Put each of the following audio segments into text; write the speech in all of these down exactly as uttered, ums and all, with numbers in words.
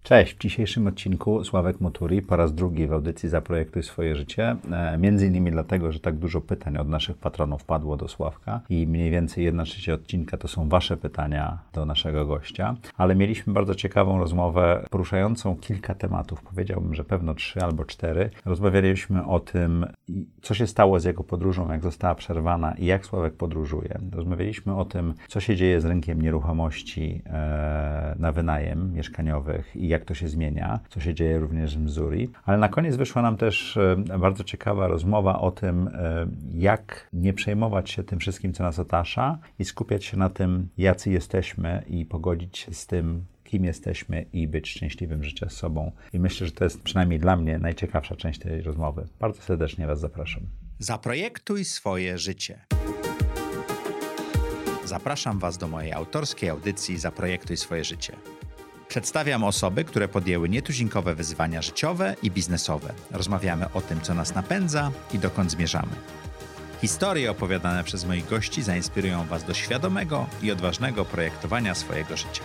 Cześć, w dzisiejszym odcinku Sławek Moturi po raz drugi w audycji Zaprojektuj swoje życie. E, między innymi dlatego, że tak dużo pytań od naszych patronów padło do Sławka i mniej więcej jedna trzecia odcinka to są wasze pytania do naszego gościa, ale mieliśmy bardzo ciekawą rozmowę poruszającą kilka tematów, powiedziałbym, że pewno trzy albo cztery. Rozmawialiśmy o tym, co się stało z jego podróżą, jak została przerwana i jak Sławek podróżuje. Rozmawialiśmy o tym, co się dzieje z rynkiem nieruchomości e, na wynajem mieszkaniowych i jak to się zmienia, co się dzieje również w Missouri. Ale na koniec wyszła nam też bardzo ciekawa rozmowa o tym, jak nie przejmować się tym wszystkim, co nas otacza i skupiać się na tym, jacy jesteśmy i pogodzić się z tym, kim jesteśmy i być szczęśliwym życiem z sobą. I myślę, że to jest przynajmniej dla mnie najciekawsza część tej rozmowy. Bardzo serdecznie was zapraszam. Zaprojektuj swoje życie. Zapraszam was do mojej autorskiej audycji Zaprojektuj swoje życie. Przedstawiam osoby, które podjęły nietuzinkowe wyzwania życiowe i biznesowe. Rozmawiamy o tym, co nas napędza i dokąd zmierzamy. Historie opowiadane przez moich gości zainspirują was do świadomego i odważnego projektowania swojego życia.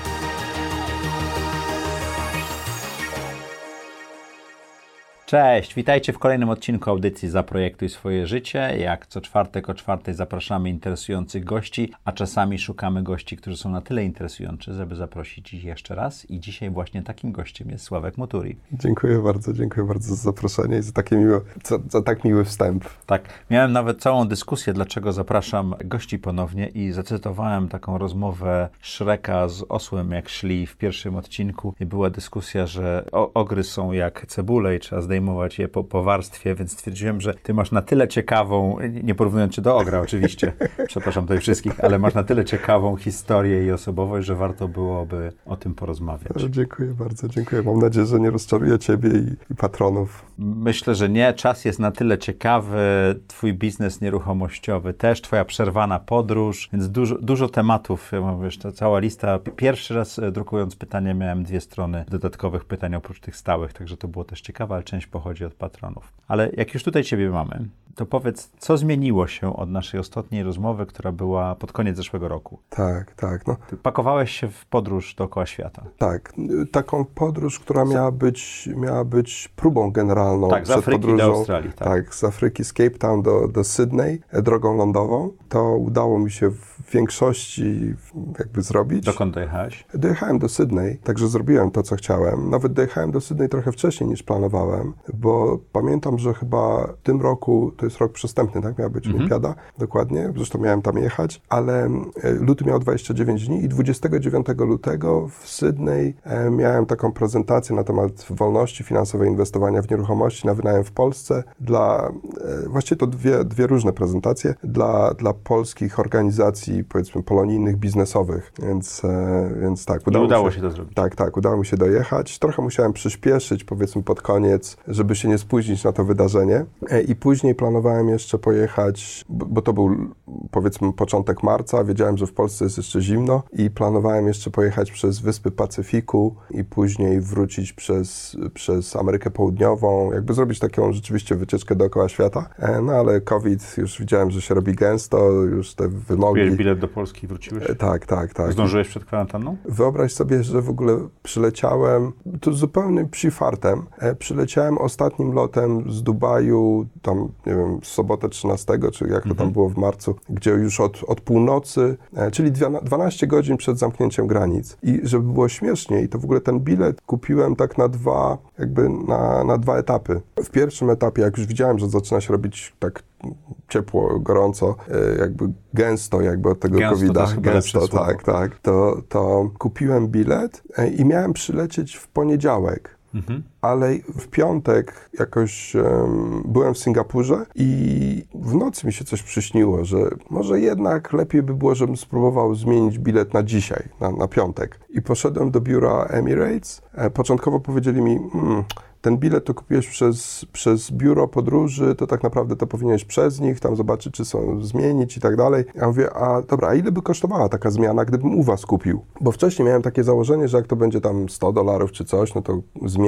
Cześć, witajcie w kolejnym odcinku audycji Zaprojektuj swoje życie. Jak co czwartek o czwartej zapraszamy interesujących gości, a czasami szukamy gości, którzy są na tyle interesujący, żeby zaprosić ich jeszcze raz. I dzisiaj właśnie takim gościem jest Sławek Moturi. Dziękuję bardzo, dziękuję bardzo za zaproszenie i za, takie miłe, za, za tak miły wstęp. Tak, miałem nawet całą dyskusję, dlaczego zapraszam gości ponownie i zacytowałem taką rozmowę Shreka z osłem, jak szli w pierwszym odcinku i była dyskusja, że o, ogry są jak cebule i trzeba zdejmować je po, po warstwie, więc stwierdziłem, że ty masz na tyle ciekawą, nie porównując cię do ogra oczywiście, przepraszam tutaj wszystkich, ale masz na tyle ciekawą historię i osobowość, że warto byłoby o tym porozmawiać. Dziękuję bardzo, dziękuję. Mam nadzieję, że nie rozczaruję ciebie i, i patronów. Myślę, że nie. Czas jest na tyle ciekawy, twój biznes nieruchomościowy też, twoja przerwana podróż, więc dużo, dużo tematów, ja mam, wiesz, to cała lista. Pierwszy raz drukując pytanie miałem dwie strony dodatkowych pytań oprócz tych stałych, także to było też ciekawe, ale część pochodzi od patronów. Ale jak już tutaj ciebie mamy, to powiedz, co zmieniło się od naszej ostatniej rozmowy, która była pod koniec zeszłego roku? Tak, tak. No. Ty pakowałeś się w podróż dookoła świata. Tak, taką podróż, która miała być, miała być próbą generalną. Tak, z przed Afryki podróżą, do Australii. Tak. tak, z Afryki, z Cape Town do, do Sydney, drogą lądową. To udało mi się w większości jakby zrobić. Dokąd dojechałeś? Dojechałem do Sydney, także zrobiłem to, co chciałem. Nawet dojechałem do Sydney trochę wcześniej niż planowałem, bo pamiętam, że chyba w tym roku, to jest rok przestępny, tak? Miała być Mhm. olimpiada, dokładnie, zresztą miałem tam jechać, ale luty miał dwadzieścia dziewięć dni i dwudziestego dziewiątego lutego w Sydney e, miałem taką prezentację na temat wolności finansowej inwestowania w nieruchomości na wynajem w Polsce dla, e, właściwie to dwie, dwie różne prezentacje, dla, dla polskich organizacji, powiedzmy, polonijnych, biznesowych, więc, e, więc tak. Udało, udało się, się to zrobić. Tak, tak, udało mi się dojechać. Trochę musiałem przyspieszyć, powiedzmy, pod koniec, żeby się nie spóźnić na to wydarzenie. E, I później planowałem jeszcze pojechać, bo, bo to był, powiedzmy, początek marca, wiedziałem, że w Polsce jest jeszcze zimno i planowałem jeszcze pojechać przez Wyspy Pacyfiku i później wrócić przez, przez Amerykę Południową, jakby zrobić taką rzeczywiście wycieczkę dookoła świata. E, no ale COVID, już widziałem, że się robi gęsto, już te wymogi. Kupiłeś bilet do Polski i wróciłeś? E, tak, tak, tak. Zdążyłeś przed kwarantanną? Wyobraź sobie, że w ogóle przyleciałem, to zupełnym psi-fartem, e, przyleciałem ostatnim lotem z Dubaju, tam, nie wiem, w sobotę trzynastego, czy jak to tam było w marcu, gdzie już od, od północy, e, czyli dwanaście godzin przed zamknięciem granic. I żeby było śmieszniej, to w ogóle ten bilet kupiłem tak na dwa, jakby na, na dwa etapy. W pierwszym etapie, jak już widziałem, że zaczyna się robić tak ciepło, gorąco, jakby gęsto jakby od tego kowida. Gęsto, tak, tak. To, to kupiłem bilet i miałem przylecieć w poniedziałek. Mhm. Ale w piątek jakoś um, byłem w Singapurze i w nocy mi się coś przyśniło, że może jednak lepiej by było, żebym spróbował zmienić bilet na dzisiaj, na, na piątek. I poszedłem do biura Emirates. E, początkowo powiedzieli mi, hmm, ten bilet to kupiłeś przez, przez biuro podróży, to tak naprawdę to powinieneś przez nich, tam zobaczyć, czy są zmienić i tak dalej. Ja mówię, a dobra, a ile by kosztowała taka zmiana, gdybym u was kupił? Bo wcześniej miałem takie założenie, że jak to będzie tam sto dolarów czy coś, no to zmienię,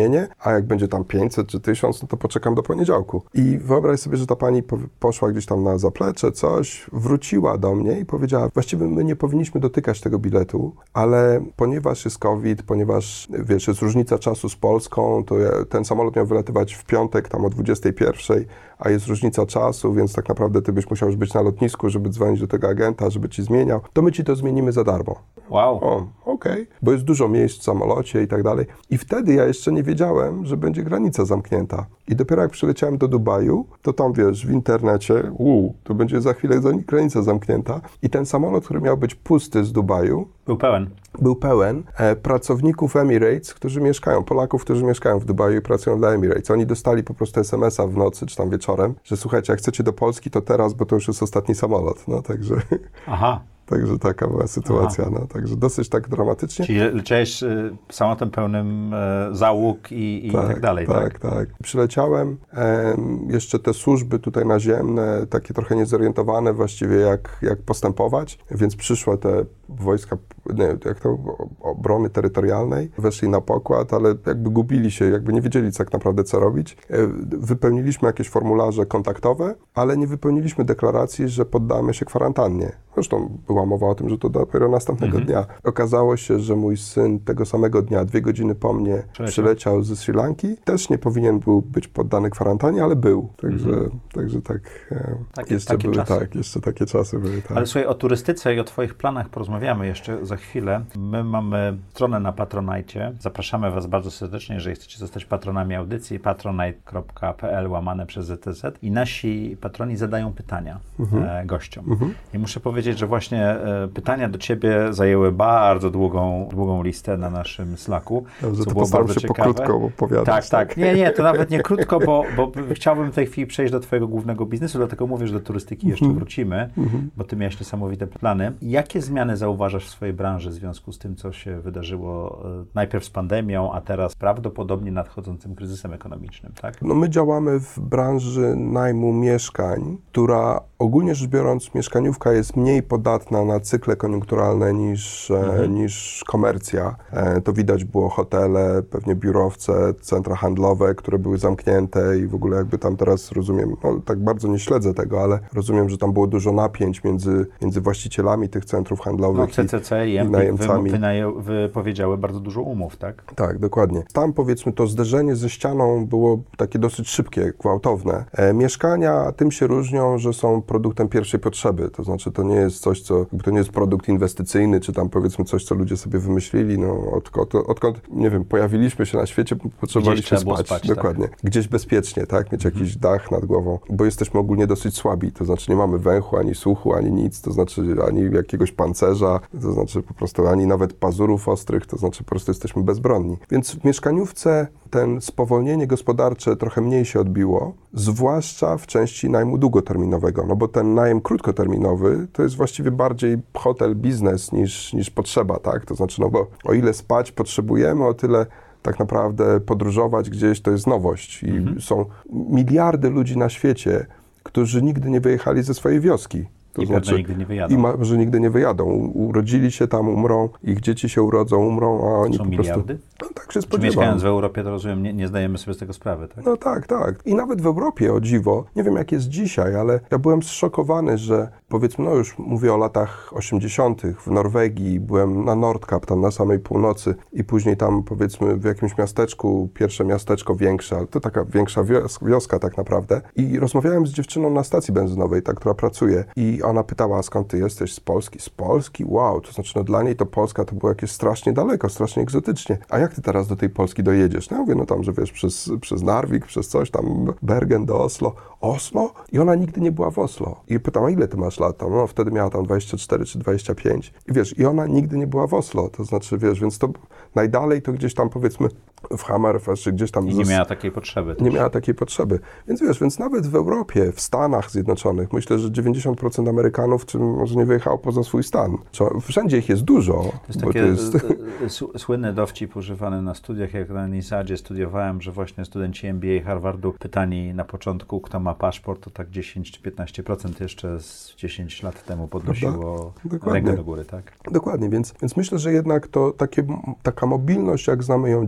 a jak będzie tam pięćset czy tysiąc, no to poczekam do poniedziałku. I wyobraź sobie, że ta pani po, poszła gdzieś tam na zaplecze, coś, wróciła do mnie i powiedziała, właściwie my nie powinniśmy dotykać tego biletu, ale ponieważ jest COVID, ponieważ, wiesz, jest różnica czasu z Polską, to ja, ten samolot miał wylatywać w piątek tam o dwudziestej pierwszej, a jest różnica czasu, więc tak naprawdę ty byś musiał już być na lotnisku, żeby dzwonić do tego agenta, żeby ci zmieniał, to my ci to zmienimy za darmo. Wow. O, okej, okay. Bo jest dużo miejsc w samolocie i tak dalej. I wtedy ja jeszcze nie wiedziałem, że będzie granica zamknięta. I dopiero jak przyleciałem do Dubaju, to tam, wiesz, w internecie, uu, to będzie za chwilę granica zamknięta. I ten samolot, który miał być pusty z Dubaju, Był pełen. Był pełen e, pracowników Emirates, którzy mieszkają, Polaków, którzy mieszkają w Dubaju i pracują dla Emirates. Oni dostali po prostu es em es a w nocy, czy tam wieczorem, że słuchajcie, jak chcecie do Polski, to teraz, bo to już jest ostatni samolot. No, także... Aha. Także taka była sytuacja, no, także dosyć tak dramatycznie. Czyli leciałeś y, samolotem pełnym e, załóg i, i tak, tak dalej, tak? Tak, tak. Przyleciałem, e, jeszcze te służby tutaj naziemne, takie trochę niezorientowane właściwie jak, jak postępować, więc przyszły te wojska, nie, jak to, obrony terytorialnej, weszli na pokład, ale jakby gubili się, jakby nie wiedzieli tak naprawdę co robić. E, wypełniliśmy jakieś formularze kontaktowe, ale nie wypełniliśmy deklaracji, że poddamy się kwarantannie. Zresztą była mowa o tym, że to dopiero następnego mhm. dnia. Okazało się, że mój syn tego samego dnia, dwie godziny po mnie, przyleciał, przyleciał ze Sri Lanki. Też nie powinien był być poddany kwarantannie, ale był. Także, mhm. także tak, e, takie, jeszcze takie były, czasy. tak, jeszcze takie czasy były. Tak. Ale słuchaj, o turystyce i o twoich planach porozmawiamy jeszcze za chwilę. My mamy stronę na Patronite. Zapraszamy was bardzo serdecznie, jeżeli chcecie zostać patronami audycji, patronite kropka p l łamane przez zet te zet i nasi patroni zadają pytania mhm. e, gościom. Mhm. I muszę powiedzieć, że właśnie e, pytania do ciebie zajęły bardzo długą, długą listę na naszym Slacku, Dobrze, co to było bardzo się ciekawe. pokrótko opowiadać. Tak, tak, tak. Nie, nie, to nawet nie krótko, bo, bo chciałbym w tej chwili przejść do twojego głównego biznesu, dlatego mówię, że do turystyki jeszcze mhm. wrócimy, mhm. bo ty miałeś niesamowite plany. Jakie zmiany zauważasz w swojej branży w związku z tym, co się wydarzyło e, najpierw z pandemią, a teraz prawdopodobnie nadchodzącym kryzysem ekonomicznym, tak? No my działamy w branży najmu mieszkań, która ogólnie rzecz biorąc mieszkaniówka jest mniej podatna na cykle koniunkturalne niż, mhm. e, niż komercja. E, to widać było hotele, pewnie biurowce, centra handlowe, które były zamknięte i w ogóle jakby tam teraz rozumiem, no tak bardzo nie śledzę tego, ale rozumiem, że tam było dużo napięć między, między właścicielami tych centrów handlowych no, C C C i, i najemcami. Wy, wynają, wypowiedziały bardzo dużo umów, tak? Tak, dokładnie. Tam powiedzmy to zderzenie ze ścianą było takie dosyć szybkie, gwałtowne. E, mieszkania tym się różnią, że są produktem pierwszej potrzeby, to znaczy to nie jest coś, co, to nie jest produkt inwestycyjny, czy tam powiedzmy coś, co ludzie sobie wymyślili, no odkąd, odkąd nie wiem, pojawiliśmy się na świecie, potrzebowaliśmy spać, spać, dokładnie. Tak. Gdzieś bezpiecznie, tak, mieć mhm. jakiś dach nad głową, bo jesteśmy ogólnie dosyć słabi, to znaczy nie mamy węchu, ani słuchu, ani nic, to znaczy ani jakiegoś pancerza, to znaczy po prostu ani nawet pazurów ostrych, to znaczy po prostu jesteśmy bezbronni. Więc w mieszkaniówce ten spowolnienie gospodarcze trochę mniej się odbiło, zwłaszcza w części najmu długoterminowego, no bo ten najem krótkoterminowy to jest właściwie bardziej hotel biznes niż, niż potrzeba, tak? To znaczy, no bo o ile spać potrzebujemy, o tyle tak naprawdę podróżować gdzieś to jest nowość i mhm. są miliardy ludzi na świecie, którzy nigdy nie wyjechali ze swojej wioski. To I znaczy, nigdy nie wyjadą. I ma, że nigdy nie wyjadą. Urodzili się tam, umrą, ich dzieci się urodzą, umrą, a oni są po miliardy? prostu... No, tak się Czy spodziewam. mieszkając w Europie, to rozumiem, nie, nie zdajemy sobie z tego sprawy, tak? No tak, tak. I nawet w Europie, o dziwo, nie wiem jak jest dzisiaj, ale ja byłem zszokowany, że powiedzmy, no już mówię o latach osiemdziesiątych w Norwegii, byłem na Nordkap, tam na samej północy i później tam powiedzmy w jakimś miasteczku, pierwsze miasteczko większe, ale to taka większa wios- wioska tak naprawdę i rozmawiałem z dziewczyną na stacji benzynowej, ta, która pracuje i ona pytała, skąd ty jesteś? Z Polski? Z Polski? Wow, to znaczy no dla niej to Polska to było jakieś strasznie daleko, strasznie egzotycznie. A jak ty teraz do tej Polski dojedziesz? No ja mówię, no tam, że wiesz, przez, przez Narvik, przez coś tam, Bergen do Oslo. Oslo? I ona nigdy nie była w Oslo. I pytałam, ile ty masz lat? No wtedy miała tam dwadzieścia cztery czy dwadzieścia pięć. I wiesz, i ona nigdy nie była w Oslo. To znaczy, wiesz, więc to najdalej to gdzieś tam powiedzmy w Hammerfest, czy gdzieś tam... I nie miała takiej potrzeby. Nie też. miała takiej potrzeby. Więc wiesz, więc nawet w Europie, w Stanach Zjednoczonych, myślę, że dziewięćdziesiąt procent Amerykanów czy może nie wyjechało poza swój stan. Wszędzie ich jest dużo. To jest bo taki to jest... słynny dowcip używany na studiach, jak na Nisadzie studiowałem, że właśnie studenci M B A Harvardu pytani na początku, kto ma paszport, to tak dziesięć czy piętnaście procent jeszcze z dziesięć lat temu podnosiło rękę do góry, tak? Dokładnie, więc, więc myślę, że jednak to takie, taka mobilność, jak znamy ją dzisiaj,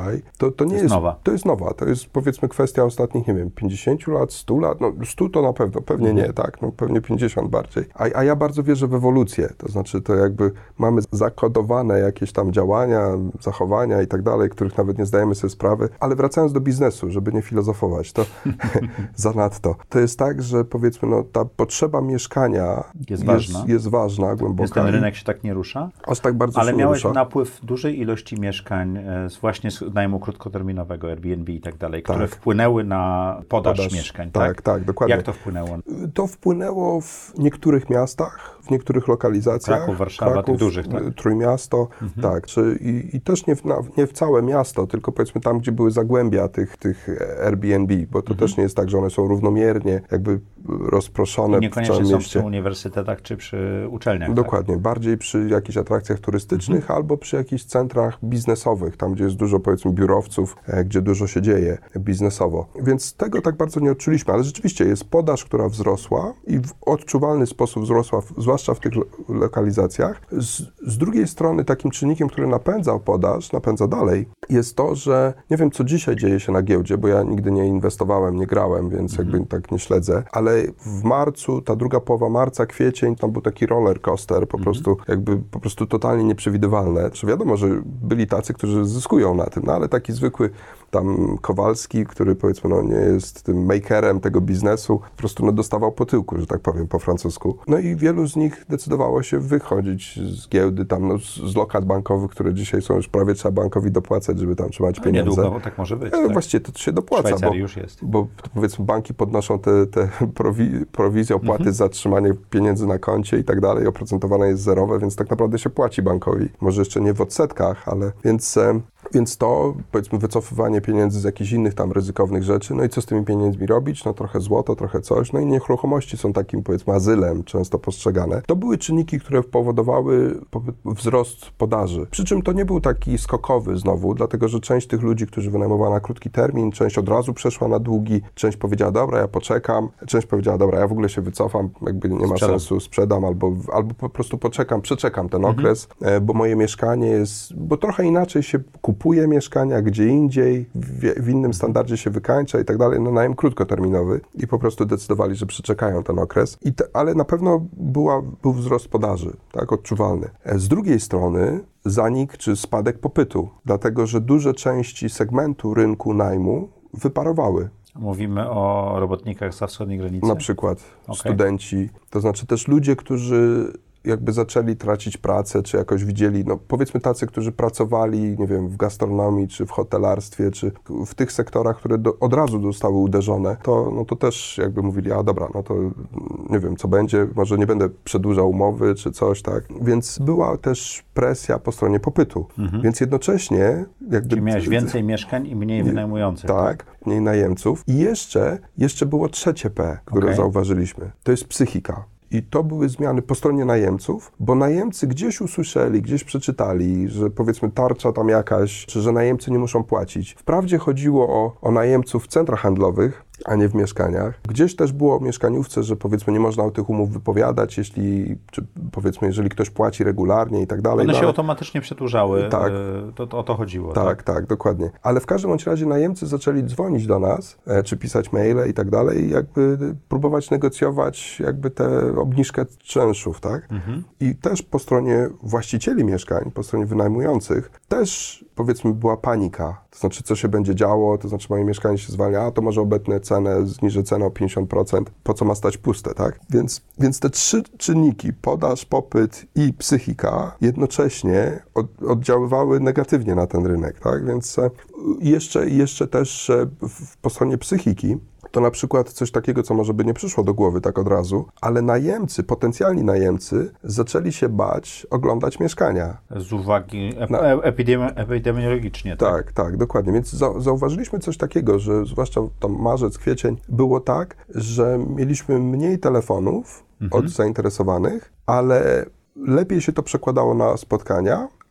dzisiaj, to, to nie jest jest, nowa. to jest nowa. To jest powiedzmy kwestia ostatnich, nie wiem, pięćdziesięciu lat, stu lat, no stu to na pewno, pewnie mhm. nie, tak, no pewnie pięćdziesiąt bardziej. A, a ja bardzo wierzę w ewolucję, to znaczy to jakby mamy zakodowane jakieś tam działania, zachowania i tak dalej, których nawet nie zdajemy sobie sprawy, ale wracając do biznesu, żeby nie filozofować, to zanadto. To jest tak, że powiedzmy, no ta potrzeba mieszkania jest, jest ważna, jest ważna, głęboka. Więc ten rynek się tak nie rusza? Aż tak bardzo Ale się miałeś nie rusza. napływ dużej ilości mieszkań z właśnie z najmu krótkoterminowego, Airbnb i tak dalej, które Tak. wpłynęły na podaż, Podaż. mieszkań, Tak, tak? tak, dokładnie. Jak to wpłynęło? To wpłynęło w niektórych miastach, w niektórych lokalizacjach. Kraków, Warszawa, Kraków, tych dużych, tak? Trójmiasto, Mhm. tak. Czy, i, I też nie w, na, nie w całe miasto, tylko powiedzmy tam, gdzie były zagłębia tych, tych Airbnb, bo to Mhm. też nie jest tak, że one są równomiernie jakby rozproszone I w niekoniecznie całym są mieście. przy uniwersytetach czy przy uczelniach. Dokładnie, tak? Bardziej przy jakichś atrakcjach turystycznych Mhm. albo przy jakichś centrach biznesowych, tam gdzie jest dużo powiedzmy biurowców, e, gdzie dużo się dzieje biznesowo. Więc tego tak bardzo nie odczuliśmy, ale rzeczywiście jest podaż, która wzrosła i w odczuwalny sposób wzrosła, w, zwłaszcza w tych lo lokalizacjach. Z, z drugiej strony takim czynnikiem, który napędza podaż, napędza dalej, jest to, że nie wiem, co dzisiaj dzieje się na giełdzie, bo ja nigdy nie inwestowałem, nie grałem, więc Mhm. jakby tak nie śledzę, ale w marcu, ta druga połowa marca, kwiecień, tam był taki roller coaster, po Mhm. prostu jakby po prostu totalnie nieprzewidywalne. Czy wiadomo, że byli tacy, którzy zyskują na tym, no ale taki zwykły tam Kowalski, który powiedzmy no nie jest tym makerem tego biznesu, po prostu no dostawał po tyłku, że tak powiem po francusku. No i wielu z nich decydowało się wychodzić z giełdy tam, no, z, z lokat bankowych, które dzisiaj są już prawie trzeba bankowi dopłacać, żeby tam trzymać No, pieniądze. niedługo, bo tak może być. E, tak? Właściwie to się W dopłaca, bo, Szwajcarii już jest. bo powiedzmy banki podnoszą te, te prowi, prowizje, opłaty Mhm. za trzymanie pieniędzy na koncie i tak dalej, oprocentowane jest zerowe, więc tak naprawdę się płaci bankowi. Może jeszcze nie w odsetkach, ale więc, e, więc to powiedzmy wycofywanie pieniędzy z jakichś innych tam ryzykownych rzeczy, no i co z tymi pieniędzmi robić? No trochę złoto, trochę coś, no i nieruchomości są takim powiedzmy azylem często postrzegane. To były czynniki, które powodowały wzrost podaży. Przy czym to nie był taki skokowy znowu, dlatego że część tych ludzi, którzy wynajmowała na krótki termin, część od razu przeszła na długi, część powiedziała, dobra, ja poczekam, część powiedziała, dobra, ja w ogóle się wycofam, jakby nie ma Sprzedam. sensu, sprzedam albo, albo po prostu poczekam, przeczekam ten Mhm. okres, e, bo moje mieszkanie jest, bo trochę inaczej się kupuje mieszkania, gdzie indziej, w, w innym standardzie się wykańcza i tak dalej, no najem krótkoterminowy i po prostu decydowali, że przeczekają ten okres, I te, ale na pewno była, był wzrost podaży, tak, odczuwalny. E, z drugiej strony zanik czy spadek popytu, dlatego że duże części segmentu rynku najmu wyparowały. Mówimy o robotnikach za wschodniej granicy? Na przykład Okay. studenci, to znaczy też ludzie, którzy jakby zaczęli tracić pracę, czy jakoś widzieli, no powiedzmy tacy, którzy pracowali, nie wiem, w gastronomii, czy w hotelarstwie, czy w tych sektorach, które do, od razu zostały uderzone, to, no to też jakby mówili, a dobra, no to nie wiem, co będzie, może nie będę przedłużał umowy, czy coś, tak. Więc była też presja po stronie popytu. Mhm. Więc jednocześnie jakby... Czyli miałeś więcej mieszkań i mniej wynajmujących. Tak, mniej najemców. I jeszcze, jeszcze było trzecie P, które Okay. zauważyliśmy. To jest psychika. I to były zmiany po stronie najemców, bo najemcy gdzieś usłyszeli, gdzieś przeczytali, że powiedzmy tarcza tam jakaś, czy że najemcy nie muszą płacić. Wprawdzie chodziło o, o najemców w centrach handlowych, a nie w mieszkaniach. Gdzieś też było o mieszkaniówce, że powiedzmy nie można o tych umów wypowiadać, jeśli, czy powiedzmy, jeżeli ktoś płaci regularnie i tak dalej. One no, się ale... automatycznie przedłużały, Tak. to, to o to chodziło. Tak, Tak, tak, dokładnie. Ale w każdym bądź razie najemcy zaczęli dzwonić do nas, e, czy pisać maile i tak dalej, i jakby próbować negocjować jakby tę obniżkę czynszów, tak? Mhm. I też po stronie właścicieli mieszkań, po stronie wynajmujących, też powiedzmy była panika. To znaczy, co się będzie działo, to znaczy moje mieszkanie się zwalnia, a to może obetnę cenę, zniżę cenę o pięćdziesiąt procent, po co ma stać puste, tak? Więc, więc te trzy czynniki, podaż, popyt i psychika, jednocześnie od, oddziaływały negatywnie na ten rynek, tak? Więc e, jeszcze, jeszcze też e, w, po stronie psychiki, to na przykład coś takiego, co może by nie przyszło do głowy tak od razu, ale najemcy, potencjalni najemcy zaczęli się bać oglądać mieszkania. Z uwagi ep Na- epidemi epidemiologicznie. Tak? Tak, tak, dokładnie. Więc za, zauważyliśmy coś takiego, że zwłaszcza tam marzec, kwiecień, było tak, że mieliśmy mniej telefonów Mhm. od zainteresowanych, ale lepiej się to przekładało na spotkania,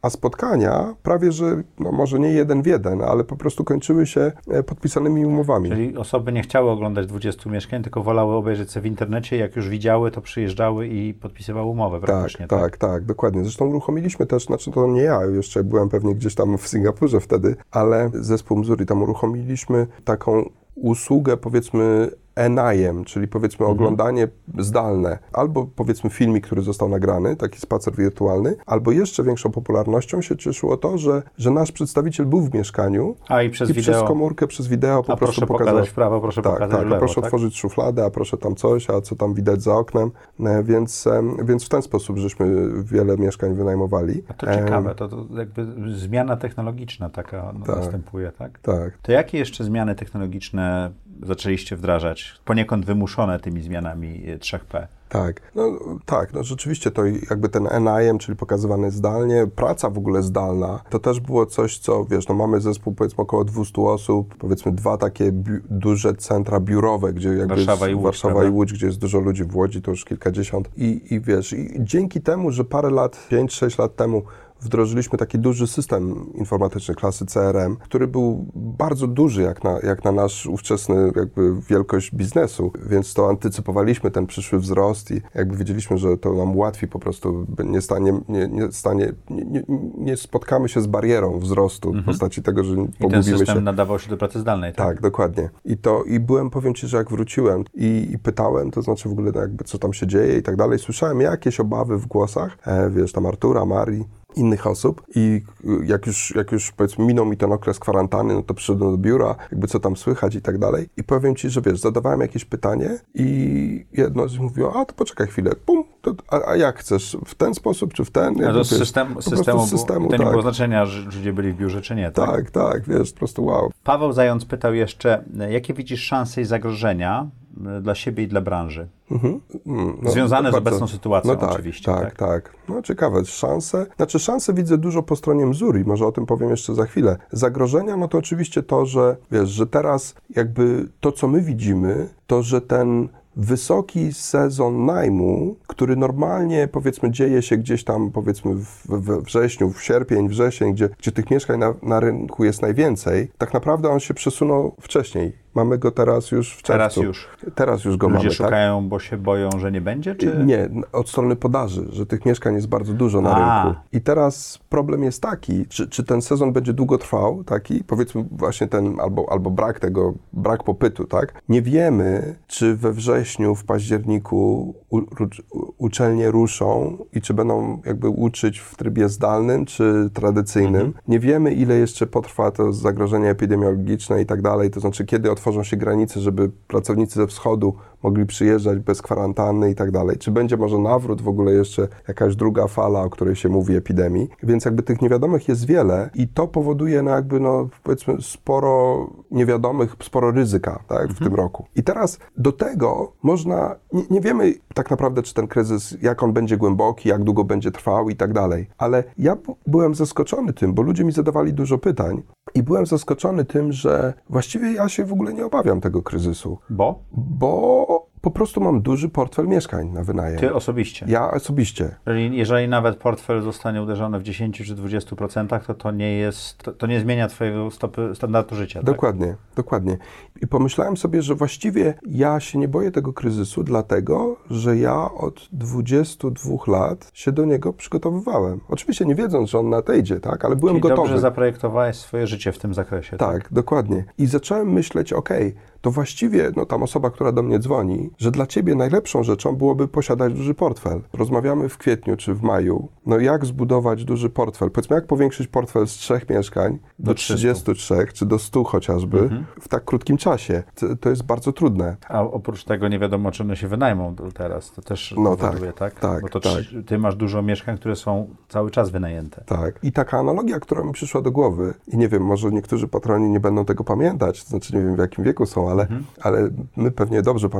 a spotkania prawie, że no może nie jeden w jeden, ale po prostu kończyły się podpisanymi umowami. Czyli osoby nie chciały oglądać dwudziestu mieszkań, tylko wolały obejrzeć sobie w internecie, jak już widziały, to przyjeżdżały i podpisywały umowę praktycznie. Tak, tak, tak, tak, dokładnie. Zresztą uruchomiliśmy też, znaczy to nie ja, jeszcze byłem pewnie gdzieś tam w Singapurze wtedy, ale zespół Mzuri, tam uruchomiliśmy taką usługę, powiedzmy, e-najem, czyli powiedzmy mhm. oglądanie zdalne, albo powiedzmy filmik, który został nagrany, taki spacer wirtualny, albo jeszcze większą popularnością się cieszyło to, że, że nasz przedstawiciel był w mieszkaniu a i przez i wideo. przez komórkę, przez wideo po a prostu proszę pokazał. pokazać w prawo, proszę tak, pokazać tak, w lewo, proszę tak? otworzyć szufladę, a proszę tam coś, a co tam widać za oknem, więc, więc w ten sposób żeśmy wiele mieszkań wynajmowali. A to ciekawe, to, to jakby zmiana technologiczna taka no, tak, następuje, tak? Tak. To jakie jeszcze zmiany technologiczne zaczęliście wdrażać, poniekąd wymuszone tymi zmianami trzy P? Tak, no tak, no rzeczywiście to jakby ten e-najem, czyli pokazywane zdalnie, praca w ogóle zdalna, to też było coś, co wiesz, no mamy zespół powiedzmy około dwieście osób, powiedzmy dwa takie bi- duże centra biurowe, gdzie jakby Warszawa, jest, i, Łódź, Warszawa i Łódź, gdzie jest dużo ludzi, w Łodzi to już kilkadziesiąt i, i wiesz, i dzięki temu, że parę lat, pięć sześć lat temu wdrożyliśmy taki duży system informatyczny klasy C R M, który był bardzo duży jak na, jak na nasz ówczesny jakby wielkość biznesu, więc to antycypowaliśmy ten przyszły wzrost i jakby wiedzieliśmy, że to nam ułatwi po prostu, nie stanie, nie, nie, stanie, nie, nie, nie spotkamy się z barierą wzrostu mhm. w postaci tego, że pogubimy się. I ten system się. nadawał się do pracy zdalnej, tak? Tak, dokładnie. I to, i byłem, powiem Ci, że jak wróciłem i, i pytałem, to znaczy w ogóle jakby co tam się dzieje i tak dalej, słyszałem jakieś obawy w głosach, e, wiesz, tam Artura, Marii, innych osób i jak już, jak już powiedzmy minął mi ten okres kwarantanny, no to przyszedłem do biura, jakby co tam słychać i tak dalej i powiem Ci, że wiesz, zadawałem jakieś pytanie i jedno z nich mówiło, a to poczekaj chwilę, pum, to, a, a jak chcesz, w ten sposób czy w ten? A to wiesz, system, systemu, systemu, to nie tak. było znaczenia, że ludzie byli w biurze czy nie, tak? Tak, tak, wiesz, po prostu wow. Paweł Zając pytał jeszcze, jakie widzisz szanse i zagrożenia dla siebie i dla branży? Mhm. No, Związane z bardzo, obecną sytuacją no tak, oczywiście. Tak, tak, tak. No ciekawe, szanse. Znaczy szanse widzę dużo po stronie Mzuri, może o tym powiem jeszcze za chwilę. Zagrożenia, no to oczywiście to, że wiesz, że teraz jakby to, co my widzimy, to, że ten wysoki sezon najmu, który normalnie powiedzmy dzieje się gdzieś tam powiedzmy we wrześniu, w sierpień, wrzesień, gdzie, gdzie tych mieszkań na, na rynku jest najwięcej, tak naprawdę on się przesunął wcześniej. Mamy go teraz już w czerwcu. Teraz już. Teraz już go Ludzie mamy, szukają, tak? bo się boją, że nie będzie, czy? Nie, od strony podaży, że tych mieszkań jest bardzo dużo na A. rynku. I teraz problem jest taki, czy, czy ten sezon będzie długo trwał, taki, powiedzmy właśnie ten, albo, albo brak tego, brak popytu, tak? Nie wiemy, czy we wrześniu, w październiku u, u, uczelnie ruszą i czy będą jakby uczyć w trybie zdalnym, czy tradycyjnym. Mhm. Nie wiemy, ile jeszcze potrwa to zagrożenie epidemiologiczne i tak dalej, to znaczy, kiedy otworzą się granice, żeby pracownicy ze wschodu mogli przyjeżdżać bez kwarantanny i tak dalej. Czy będzie może nawrót, w ogóle jeszcze jakaś druga fala, o której się mówi, epidemii. Więc jakby tych niewiadomych jest wiele i to powoduje no jakby no powiedzmy sporo niewiadomych, sporo ryzyka, tak, w mhm. tym roku. I teraz do tego można, nie, nie wiemy tak naprawdę, czy ten kryzys, jak on będzie głęboki, jak długo będzie trwał i tak dalej. Ale ja b- byłem zaskoczony tym, bo ludzie mi zadawali dużo pytań i byłem zaskoczony tym, że właściwie ja się w ogóle nie obawiam tego kryzysu. Bo? Bo po prostu mam duży portfel mieszkań na wynajem. Ty osobiście? Ja osobiście. Jeżeli, jeżeli nawet portfel zostanie uderzony w dziesięć czy dwadzieścia procent, to to nie jest, to, to nie zmienia twojego stopy, standardu życia. Dokładnie, tak? dokładnie. I pomyślałem sobie, że właściwie ja się nie boję tego kryzysu, dlatego, że ja od dwudziestu dwóch lat się do niego przygotowywałem. Oczywiście nie wiedząc, że on nadejdzie, tak, ale byłem Czyli gotowy. dobrze zaprojektowałeś swoje życie w tym zakresie. Tak, tak? dokładnie. I zacząłem myśleć, okej, okay, to właściwie, no tam osoba, która do mnie dzwoni, że dla ciebie najlepszą rzeczą byłoby posiadać duży portfel. Rozmawiamy w kwietniu czy w maju. No jak zbudować duży portfel? Powiedzmy, jak powiększyć portfel z trzech mieszkań do, do trzydziestu trzech czy do stu chociażby mhm. w tak krótkim czasie. To, to jest bardzo trudne. A oprócz tego nie wiadomo, czy one się wynajmą teraz. To też no powoduje, tak? tak? tak Bo to tak. ty masz dużo mieszkań, które są cały czas wynajęte. Tak. I taka analogia, która mi przyszła do głowy i nie wiem, może niektórzy patroni nie będą tego pamiętać, to znaczy nie wiem, w jakim wieku są, ale, mhm. ale my pewnie dobrze pamiętamy,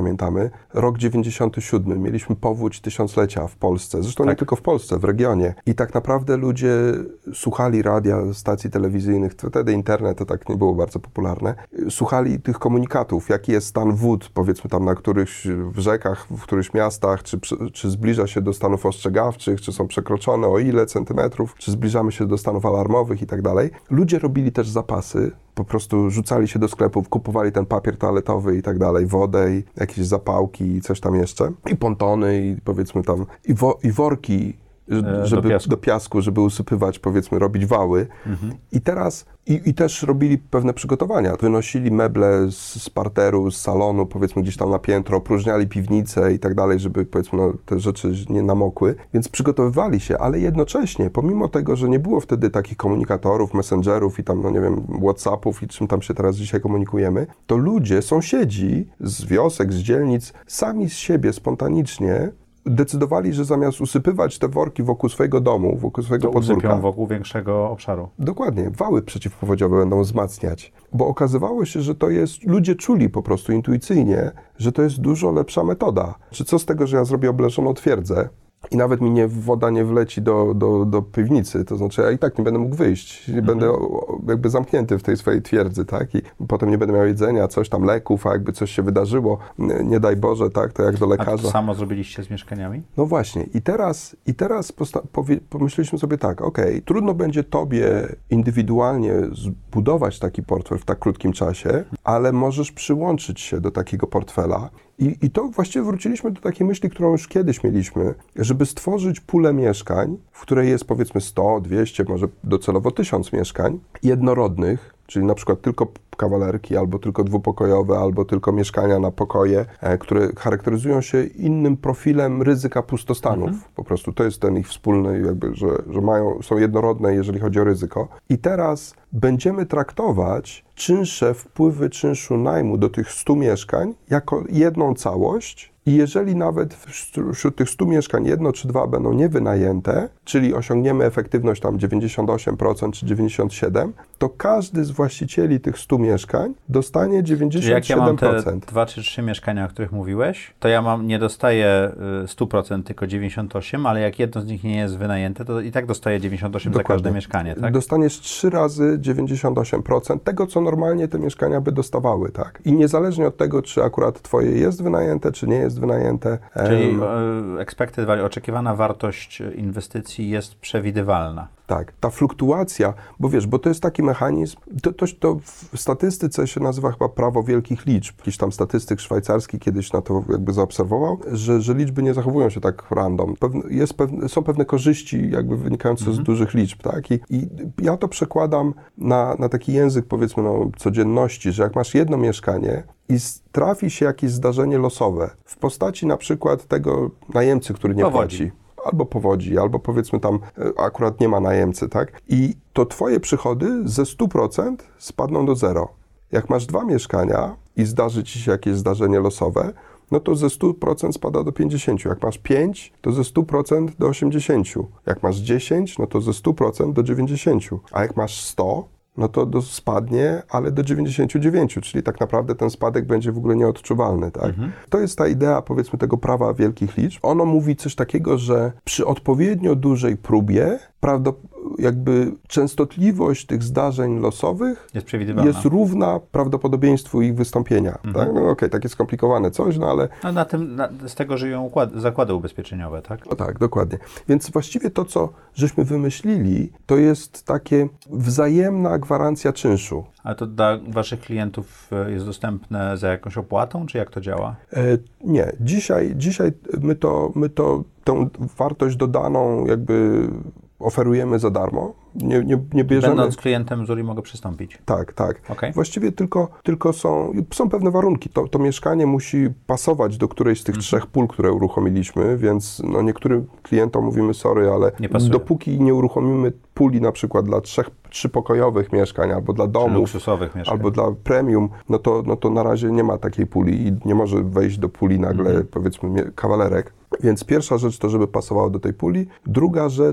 powiedzmy rok dziewięćdziesiąty siódmy, mieliśmy powódź tysiąclecia w Polsce, zresztą tak. nie tylko w Polsce, w regionie. I tak naprawdę ludzie słuchali radia, stacji telewizyjnych, wtedy internet to tak nie było bardzo popularne, słuchali tych komunikatów, jaki jest stan wód, powiedzmy tam na którychś w rzekach, w którychś miastach, czy, czy zbliża się do stanów ostrzegawczych, czy są przekroczone, o ile centymetrów, czy zbliżamy się do stanów alarmowych i tak dalej. Ludzie robili też zapasy, po prostu rzucali się do sklepów, kupowali ten papier toaletowy i tak dalej, wodę i jakieś zapałki i coś tam jeszcze, i pontony i powiedzmy tam, i, wo, i worki, żeby, do piasku. do piasku, żeby usypywać, powiedzmy, robić wały. Mhm. I teraz, i, i też robili pewne przygotowania. Wynosili meble z, z parteru, z salonu, powiedzmy, gdzieś tam na piętro, opróżniali piwnice i tak dalej, żeby, powiedzmy, no, te rzeczy nie namokły. Więc przygotowywali się, ale jednocześnie, pomimo tego, że nie było wtedy takich komunikatorów, messengerów i tam, no nie wiem, Whatsappów i czym tam się teraz dzisiaj komunikujemy, to ludzie, sąsiedzi z wiosek, z dzielnic, sami z siebie spontanicznie decydowali, że zamiast usypywać te worki wokół swojego domu, wokół swojego to podwórka, usypią wokół większego obszaru. Dokładnie, wały przeciwpowodziowe będą wzmacniać, bo okazywało się, że to jest, ludzie czuli po prostu intuicyjnie, że to jest dużo lepsza metoda. Czy co z tego, że ja zrobię oblężoną twierdzę i nawet mi nie, woda nie wleci do, do, do piwnicy, to znaczy ja i tak nie będę mógł wyjść, mhm. będę o, jakby zamknięty w tej swojej twierdzy, tak, i potem nie będę miał jedzenia, coś tam, leków, a jakby coś się wydarzyło, nie, nie daj Boże, tak, to jak do lekarza. A to samo zrobiliście z mieszkaniami? No właśnie i teraz, i teraz posta- powie- pomyśleliśmy sobie tak, okej, okay, trudno będzie tobie indywidualnie zbudować taki portfel w tak krótkim czasie, ale możesz przyłączyć się do takiego portfela. I, I to właściwie wróciliśmy do takiej myśli, którą już kiedyś mieliśmy, żeby stworzyć pulę mieszkań, w której jest powiedzmy sto, dwieście, może docelowo tysiąc mieszkań jednorodnych, czyli na przykład tylko kawalerki, albo tylko dwupokojowe, albo tylko mieszkania na pokoje, e, które charakteryzują się innym profilem ryzyka pustostanów. Mhm. Po prostu to jest ten ich wspólny, jakby, że, że mają, są jednorodne, jeżeli chodzi o ryzyko. I teraz będziemy traktować czynsze, wpływy czynszu najmu do tych stu mieszkań jako jedną całość. I jeżeli nawet wśród tych stu mieszkań jedno czy dwa będą niewynajęte, czyli osiągniemy efektywność tam dziewięćdziesiąt osiem procent czy dziewięćdziesiąt siedem procent, to każdy z właścicieli tych stu mieszkań dostanie dziewięćdziesiąt siedem procent. Czyli jak ja mam te dwa czy trzy mieszkania, o których mówiłeś, to ja mam, nie dostaję sto procent, tylko dziewięćdziesiąt osiem procent, ale jak jedno z nich nie jest wynajęte, to i tak dostaję dziewięćdziesiąt osiem procent za każde mieszkanie, tak? Dostaniesz trzy razy dziewięćdziesiąt osiem procent tego, co normalnie te mieszkania by dostawały, tak? I niezależnie od tego, czy akurat twoje jest wynajęte, czy nie jest wynajęte. Czyli um, expected value, oczekiwana wartość inwestycji jest przewidywalna. Tak, ta fluktuacja, bo wiesz, bo to jest taki mechanizm, to, to, to w statystyce się nazywa chyba prawo wielkich liczb. Jakiś tam statystyk szwajcarski kiedyś na to jakby zaobserwował, że, że liczby nie zachowują się tak random. Pewne, jest pewne, są pewne korzyści jakby wynikające mhm. z dużych liczb, tak? I, i ja to przekładam na, na taki język, powiedzmy, no, codzienności, że jak masz jedno mieszkanie i trafi się jakieś zdarzenie losowe w postaci na przykład tego najemcy, który nie Powodzi. płaci, albo powodzi, albo powiedzmy tam akurat nie ma najemcy, tak? I to twoje przychody ze stu procent spadną do zero. Jak masz dwa mieszkania i zdarzy ci się jakieś zdarzenie losowe, no to ze stu procent spada do pięćdziesięciu. Jak masz pięć, to ze stu procent do osiemdziesięciu. Jak masz dziesięć, no to ze stu procent do dziewięćdziesięciu. A jak masz sto, no to do, spadnie, ale do dziewięćdziesięciu dziewięciu, czyli tak naprawdę ten spadek będzie w ogóle nieodczuwalny, tak? Mhm. To jest ta idea, powiedzmy, tego prawa wielkich liczb. Ono mówi coś takiego, że przy odpowiednio dużej próbie prawdopodobnie jakby częstotliwość tych zdarzeń losowych jest przewidywalna. Jest równa prawdopodobieństwu ich wystąpienia. Mhm. Tak? No okej, okay, takie skomplikowane coś, no ale... No na tym, na, z tego żyją układ, zakłady ubezpieczeniowe, tak? No tak, dokładnie. Więc właściwie to, co żeśmy wymyślili, to jest takie wzajemna gwarancja czynszu. Ale to dla waszych klientów jest dostępne za jakąś opłatą, czy jak to działa? E, nie. Dzisiaj, dzisiaj my to, my to, tę wartość dodaną jakby oferujemy za darmo. Nie, nie, nie bierzemy... Będąc klientem Zuri mogę przystąpić. Tak, tak. Okay. Właściwie tylko, tylko są, są pewne warunki. To, to mieszkanie musi pasować do którejś z tych mm. trzech pól, które uruchomiliśmy, więc no niektórym klientom mówimy sorry, ale nie pasuje. Dopóki nie uruchomimy puli na przykład dla trzech, trzypokojowych mieszkań, albo dla domów, czy luksusowych mieszkań, albo dla premium, no to, no to na razie nie ma takiej puli i nie może wejść do puli nagle, mm. powiedzmy, kawalerek. Więc pierwsza rzecz to, żeby pasowało do tej puli. Druga rzecz,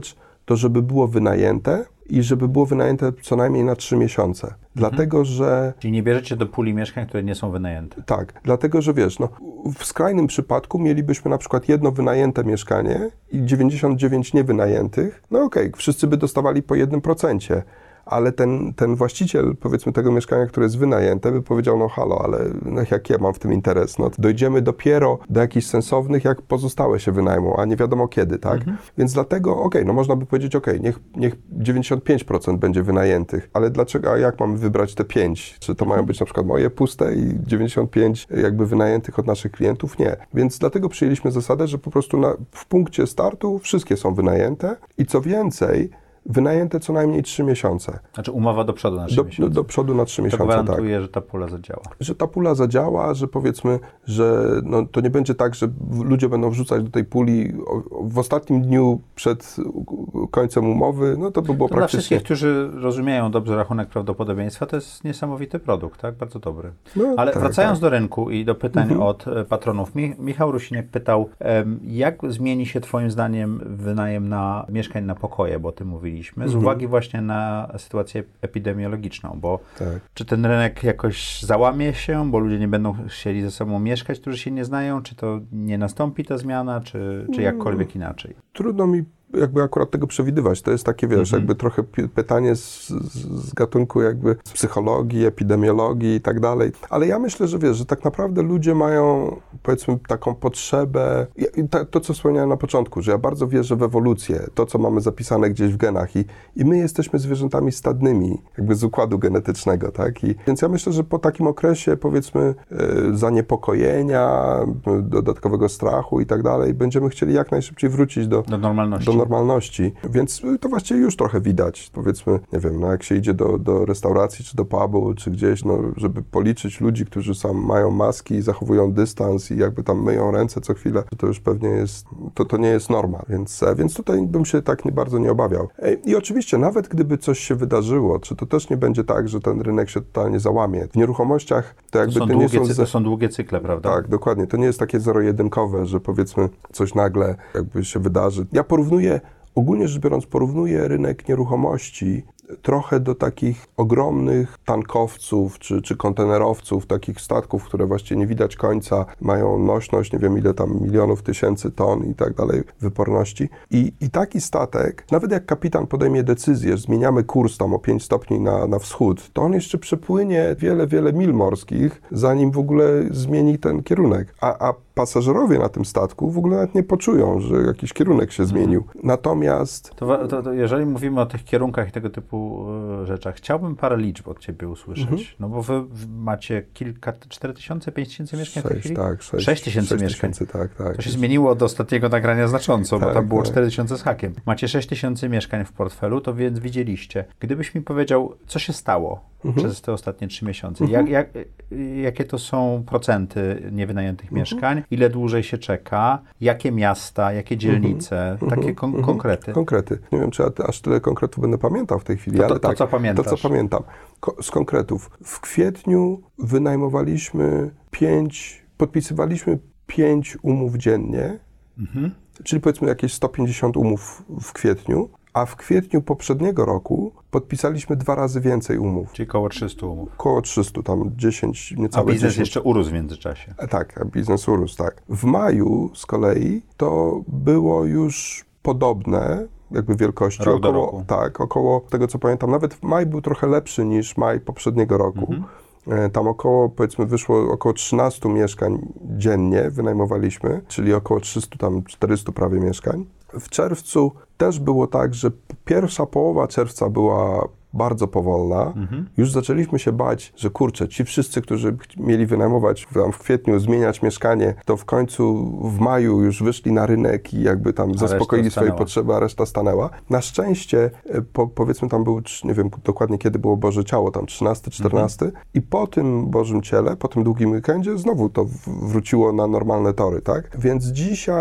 to żeby było wynajęte i żeby było wynajęte co najmniej na trzy miesiące. Mhm. Dlatego, że... Czyli nie bierzecie do puli mieszkań, które nie są wynajęte. Tak, dlatego, że wiesz, no, w skrajnym przypadku mielibyśmy na przykład jedno wynajęte mieszkanie i dziewięćdziesiąt dziewięć niewynajętych. No okej, okay, wszyscy by dostawali po jednym procencie. Ale ten, ten właściciel, powiedzmy, tego mieszkania, które jest wynajęte, by powiedział, no halo, ale no, jak ja mam w tym interes? No, dojdziemy dopiero do jakichś sensownych, jak pozostałe się wynajmą, a nie wiadomo kiedy, tak? Mhm. Więc dlatego, okej, okay, no można by powiedzieć, okej, okay, niech, niech dziewięćdziesiąt pięć procent będzie wynajętych, ale dlaczego, a jak mamy wybrać te pięć? Czy to mhm. mają być na przykład moje puste i dziewięćdziesiąt pięć jakby wynajętych od naszych klientów? Nie. Więc dlatego przyjęliśmy zasadę, że po prostu na, w punkcie startu wszystkie są wynajęte i co więcej, wynajęte co najmniej trzy miesiące. Znaczy umowa do przodu na trzy do, miesiące. Do, do przodu na trzy to miesiące, gwarantuje, tak. że ta pula zadziała. Że ta pula zadziała, że powiedzmy, że no, to nie będzie tak, że ludzie będą wrzucać do tej puli w ostatnim dniu przed końcem umowy, no to by było to praktycznie... Dla wszystkich, którzy rozumieją dobrze rachunek prawdopodobieństwa, to jest niesamowity produkt, tak? Bardzo dobry. No, Ale tak, wracając tak. do rynku i do pytań mhm. od patronów, Mi- Michał Rusiniak pytał, jak zmieni się twoim zdaniem wynajem na mieszkań na pokoje, bo o tym mówiliśmy, z mhm. uwagi właśnie na sytuację epidemiologiczną, bo tak. czy ten rynek jakoś załamie się, bo ludzie nie będą chcieli ze sobą mieszkać, którzy się nie znają, czy to nie nastąpi ta zmiana, czy, czy jakkolwiek inaczej? Trudno mi jakby akurat tego przewidywać. To jest takie, wiesz, mm-hmm. jakby trochę p- pytanie z, z gatunku jakby z psychologii, epidemiologii i tak dalej. Ale ja myślę, że wiesz, że tak naprawdę ludzie mają, powiedzmy, taką potrzebę, to, to co wspomniałem na początku, że ja bardzo wierzę w ewolucję, to co mamy zapisane gdzieś w genach i, i my jesteśmy zwierzętami stadnymi, jakby z układu genetycznego, tak? I, więc ja myślę, że po takim okresie, powiedzmy, yy, zaniepokojenia, dodatkowego strachu i tak dalej, będziemy chcieli jak najszybciej wrócić do, do normalności. Do normalności, więc to właściwie już trochę widać, powiedzmy, nie wiem, no jak się idzie do, do restauracji, czy do pubu, czy gdzieś, no żeby policzyć ludzi, którzy sam mają maski, zachowują dystans i jakby tam myją ręce co chwilę, to już pewnie jest, to, to nie jest norma, więc, więc tutaj bym się tak nie bardzo nie obawiał. I oczywiście, nawet gdyby coś się wydarzyło, czy to też nie będzie tak, że ten rynek się totalnie załamie. W nieruchomościach to jakby... To są, to długie, nie są, to są długie cykle, prawda? Tak, dokładnie. To nie jest takie zero-jedynkowe, że powiedzmy coś nagle jakby się wydarzy. Ja porównuję Ogólnie rzecz biorąc, porównuję rynek nieruchomości trochę do takich ogromnych tankowców czy, czy kontenerowców, takich statków, które właściwie nie widać końca, mają nośność, nie wiem ile tam milionów, tysięcy ton i tak dalej wyporności. I, i taki statek, nawet jak kapitan podejmie decyzję, że zmieniamy kurs tam o pięć stopni na, na wschód, to on jeszcze przepłynie wiele, wiele mil morskich, zanim w ogóle zmieni ten kierunek. A, a pasażerowie na tym statku w ogóle nawet nie poczują, że jakiś kierunek się zmienił. Natomiast... To, to, to jeżeli mówimy o tych kierunkach i tego typu y, rzeczach, chciałbym parę liczb od ciebie usłyszeć. Mhm. No bo wy macie kilka, cztery tysiące, pięć tysięcy mieszkań w tej chwili? Tak, sześć. sześć tysięcy mieszkań. Tak, tak. To się zmieniło od ostatniego nagrania znacząco, tak, bo tam było tak. cztery tysiące z hakiem. Macie sześć tysięcy mieszkań w portfelu, to więc widzieliście. Gdybyś mi powiedział, co się stało mhm. przez te ostatnie trzy miesiące? Mhm. Jak, jak, jakie to są procenty niewynajętych mhm. mieszkań? Ile dłużej się czeka? Jakie miasta? Jakie dzielnice? Mhm. Takie kon- mhm. konkrety. Konkrety. Nie wiem, czy ja aż tyle konkretów będę pamiętał w tej chwili, to, to, ale tak. To, co pamiętasz. To, co pamiętam. Ko- z konkretów. W kwietniu wynajmowaliśmy pięć, podpisywaliśmy pięć umów dziennie, mhm. czyli powiedzmy jakieś sto pięćdziesiąt umów w kwietniu, a w kwietniu poprzedniego roku podpisaliśmy dwa razy więcej umów. Czyli koło trzysta umów. Koło trzysta, tam dziesięć, niecałe A biznes dziesięć. jeszcze urósł w międzyczasie. A tak, a biznes urósł, tak. W maju z kolei to było już podobne, jakby wielkości. Rok do około, roku. Tak, około tego, co pamiętam. Nawet w maj był trochę lepszy niż maj poprzedniego roku. Mhm. Tam około, powiedzmy, wyszło około trzynaście mieszkań dziennie wynajmowaliśmy, czyli około trzysta, tam czterysta prawie mieszkań. W czerwcu też było tak, że pierwsza połowa czerwca była bardzo powolna. Mhm. Już zaczęliśmy się bać, że kurczę, ci wszyscy, którzy mieli wynajmować w, w kwietniu, zmieniać mieszkanie, to w końcu w maju już wyszli na rynek i jakby tam a zaspokoili swoje potrzeby, a reszta stanęła. Na szczęście, po, powiedzmy tam był, nie wiem dokładnie kiedy było Boże Ciało, tam trzynasty, czternasty mhm. i po tym Bożym Ciele, po tym długim weekendzie znowu to w, wróciło na normalne tory, tak? Więc dzisiaj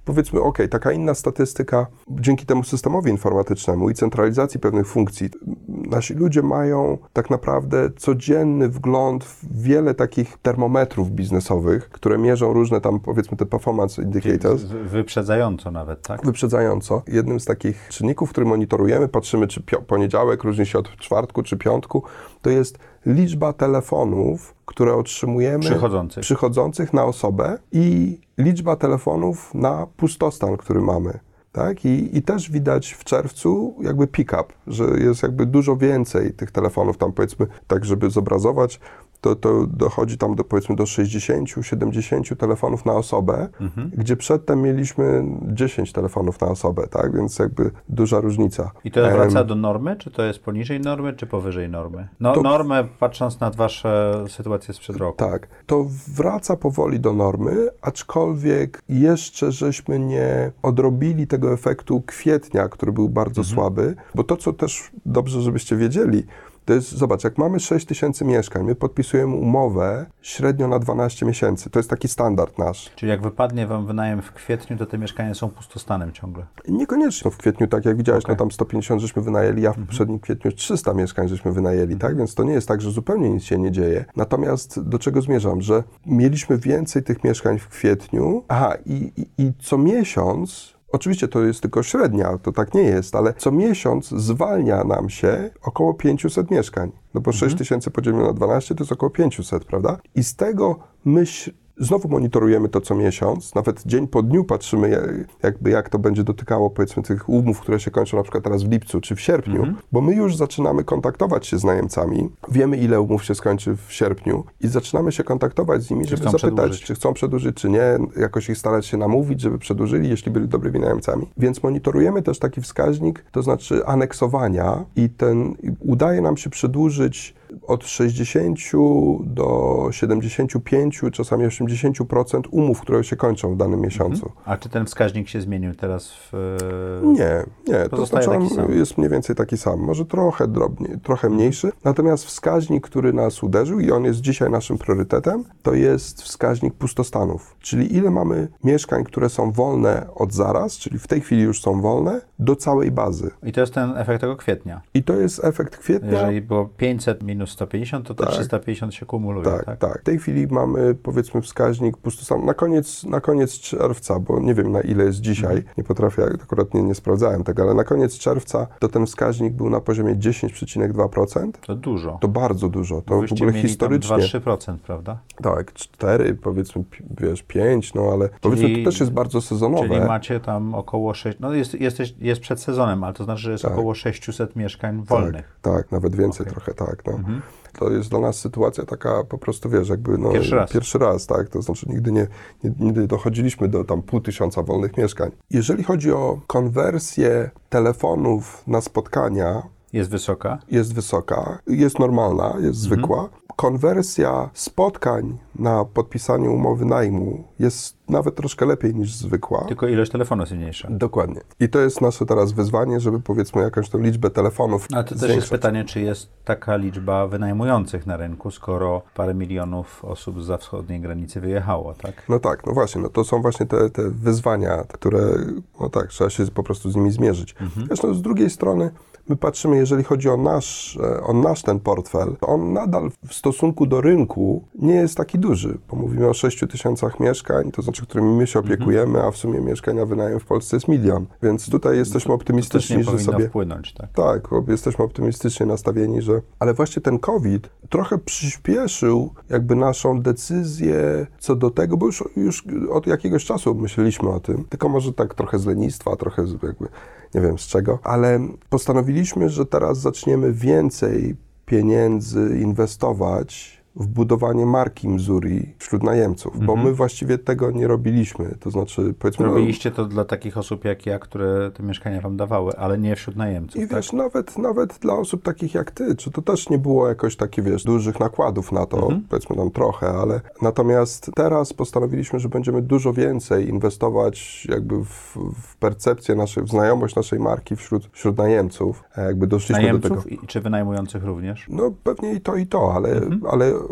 powiedzmy, ok, taka inna statystyka, dzięki temu systemowi informatycznemu i centralizacji pewnych funkcji, nasi ludzie mają tak naprawdę codzienny wgląd w wiele takich termometrów biznesowych, które mierzą różne tam, powiedzmy, te performance indicators. Wyprzedzająco nawet, tak? Wyprzedzająco. Jednym z takich czynników, który monitorujemy, patrzymy, czy poniedziałek różni się od czwartku czy piątku, to jest liczba telefonów, które otrzymujemy Przychodzących. przychodzących na osobę i liczba telefonów na pustostan, który mamy. Tak? I, I też widać w czerwcu jakby pick-up, że jest jakby dużo więcej tych telefonów, tam powiedzmy, tak żeby zobrazować, to, to dochodzi tam do, powiedzmy, do sześćdziesięciu siedemdziesięciu telefonów na osobę, mhm. gdzie przedtem mieliśmy dziesięć telefonów na osobę, tak? Więc jakby duża różnica. I to wraca um, do normy, czy to jest poniżej normy, czy powyżej normy? No, to, normę, patrząc na wasze sytuacje sprzed roku. Tak, to wraca powoli do normy, aczkolwiek jeszcze żeśmy nie odrobili tego efektu kwietnia, który był bardzo mhm. słaby, bo to, co też dobrze, żebyście wiedzieli, to jest, zobacz, jak mamy sześć tysięcy mieszkań, my podpisujemy umowę średnio na dwanaście miesięcy. To jest taki standard nasz. Czyli jak wypadnie wam wynajem w kwietniu, to te mieszkania są pustostanem ciągle? Niekoniecznie. No w kwietniu, tak jak widziałeś, okay. no tam sto pięćdziesiąt żeśmy wynajęli, a w mhm. poprzednim kwietniu trzysta mieszkań żeśmy wynajęli, mhm. tak? Więc to nie jest tak, że zupełnie nic się nie dzieje. Natomiast do czego zmierzam? Że mieliśmy więcej tych mieszkań w kwietniu, aha, i, i, i co miesiąc... Oczywiście to jest tylko średnia, to tak nie jest, ale co miesiąc zwalnia nam się około pięćset mieszkań. No bo mhm. sześć tysięcy podzielone na dwanaście to jest około pięćset, prawda? I z tego my znowu monitorujemy to co miesiąc, nawet dzień po dniu patrzymy jakby jak to będzie dotykało, powiedzmy, tych umów, które się kończą na przykład teraz w lipcu czy w sierpniu, mhm. bo my już zaczynamy kontaktować się z najemcami, wiemy ile umów się skończy w sierpniu i zaczynamy się kontaktować z nimi, żeby zapytać, przedłużyć. czy chcą przedłużyć, czy nie, jakoś ich starać się namówić, żeby przedłużyli, jeśli byli dobrymi najemcami. Więc monitorujemy też taki wskaźnik, to znaczy aneksowania i ten udaje nam się przedłużyć od sześćdziesięciu do siedemdziesięciu pięciu, czasami osiemdziesięciu procent umów, które się kończą w danym miesiącu. Mhm. A czy ten wskaźnik się zmienił teraz w... Nie, nie. Pozostaje to taki znaczy, sam. Jest mniej więcej taki sam. Może trochę drobniej, trochę mniejszy. Natomiast wskaźnik, który nas uderzył i on jest dzisiaj naszym priorytetem, to jest wskaźnik pustostanów. Czyli ile mamy mieszkań, które są wolne od zaraz, czyli w tej chwili już są wolne, do całej bazy. I to jest ten efekt tego kwietnia. I to jest efekt kwietnia. Jeżeli było pięćset minus sto pięćdziesiąt, to te tak. trzysta pięćdziesiąt się kumuluje, tak, tak? Tak, W tej chwili mamy, powiedzmy, wskaźnik pustostanów. Na koniec, na koniec czerwca, bo nie wiem na ile jest dzisiaj, mhm. nie potrafię, akurat nie, nie sprawdzałem tego, ale na koniec czerwca to ten wskaźnik był na poziomie dziesięć przecinek dwa procent. To dużo. To bardzo dużo. To Wyście w ogóle mieli historycznie. dwa do trzech procent, prawda? Tak, cztery, powiedzmy, wiesz, pięć, no ale czyli, powiedzmy, to też jest bardzo sezonowe. Czyli macie tam około sześć, no jest, jesteś, jest przed sezonem, ale to znaczy, że jest tak. około sześćset mieszkań wolnych. Tak, tak, nawet więcej okay. trochę, tak, no. Mhm. To jest dla nas sytuacja taka po prostu, wiesz, jakby no, pierwszy raz. Pierwszy raz, tak, to znaczy nigdy nie, nie, nie dochodziliśmy do tam pół tysiąca wolnych mieszkań. Jeżeli chodzi o konwersję telefonów na spotkania, jest wysoka? Jest wysoka, jest normalna, jest mhm. zwykła. Konwersja spotkań na podpisanie umowy najmu jest nawet troszkę lepiej niż zwykła. Tylko ilość telefonów jest mniejsza. Dokładnie. I to jest nasze teraz wyzwanie, żeby powiedzmy jakąś tą liczbę telefonów A to też zwiększać. jest pytanie, czy jest taka liczba wynajmujących na rynku, skoro parę milionów osób zza wschodniej granicy wyjechało, tak? No tak, no właśnie, no to są właśnie te, te wyzwania, które, no tak, trzeba się po prostu z nimi zmierzyć. Mhm. Wiesz, no z drugiej strony my patrzymy, jeżeli chodzi o nasz, o nasz ten portfel, on nadal w stosunku do rynku nie jest taki duży, bo mówimy o sześciu tysiącach mieszkań, to znaczy, którymi my się opiekujemy, mm-hmm. a w sumie mieszkań na wynajem w Polsce jest milion. Więc tutaj jesteśmy optymistyczni, to też nie że sobie... wpłynąć, tak? Tak, jesteśmy optymistycznie nastawieni, że... Ale właśnie ten COVID trochę przyspieszył jakby naszą decyzję co do tego, bo już, już od jakiegoś czasu myśleliśmy o tym, tylko może tak trochę z lenistwa, trochę z jakby... nie wiem z czego, ale postanowiliśmy, że teraz zaczniemy więcej pieniędzy inwestować w budowanie marki Mzuri wśród najemców, mm-hmm. bo my właściwie tego nie robiliśmy, to znaczy powiedzmy... Robiliście to dla takich osób jak ja, które te mieszkania wam dawały, ale nie wśród najemców, I tak? wiesz, nawet, nawet dla osób takich jak ty, czy to też nie było jakoś takich, wiesz, dużych nakładów na to, mm-hmm. powiedzmy tam trochę, ale natomiast teraz postanowiliśmy, że będziemy dużo więcej inwestować jakby w, w percepcję naszej, w znajomość naszej marki wśród, wśród najemców. Jakby doszliśmy najemców do tego. I, czy wynajmujących również? No pewnie i to, i to, ale, mm-hmm. ale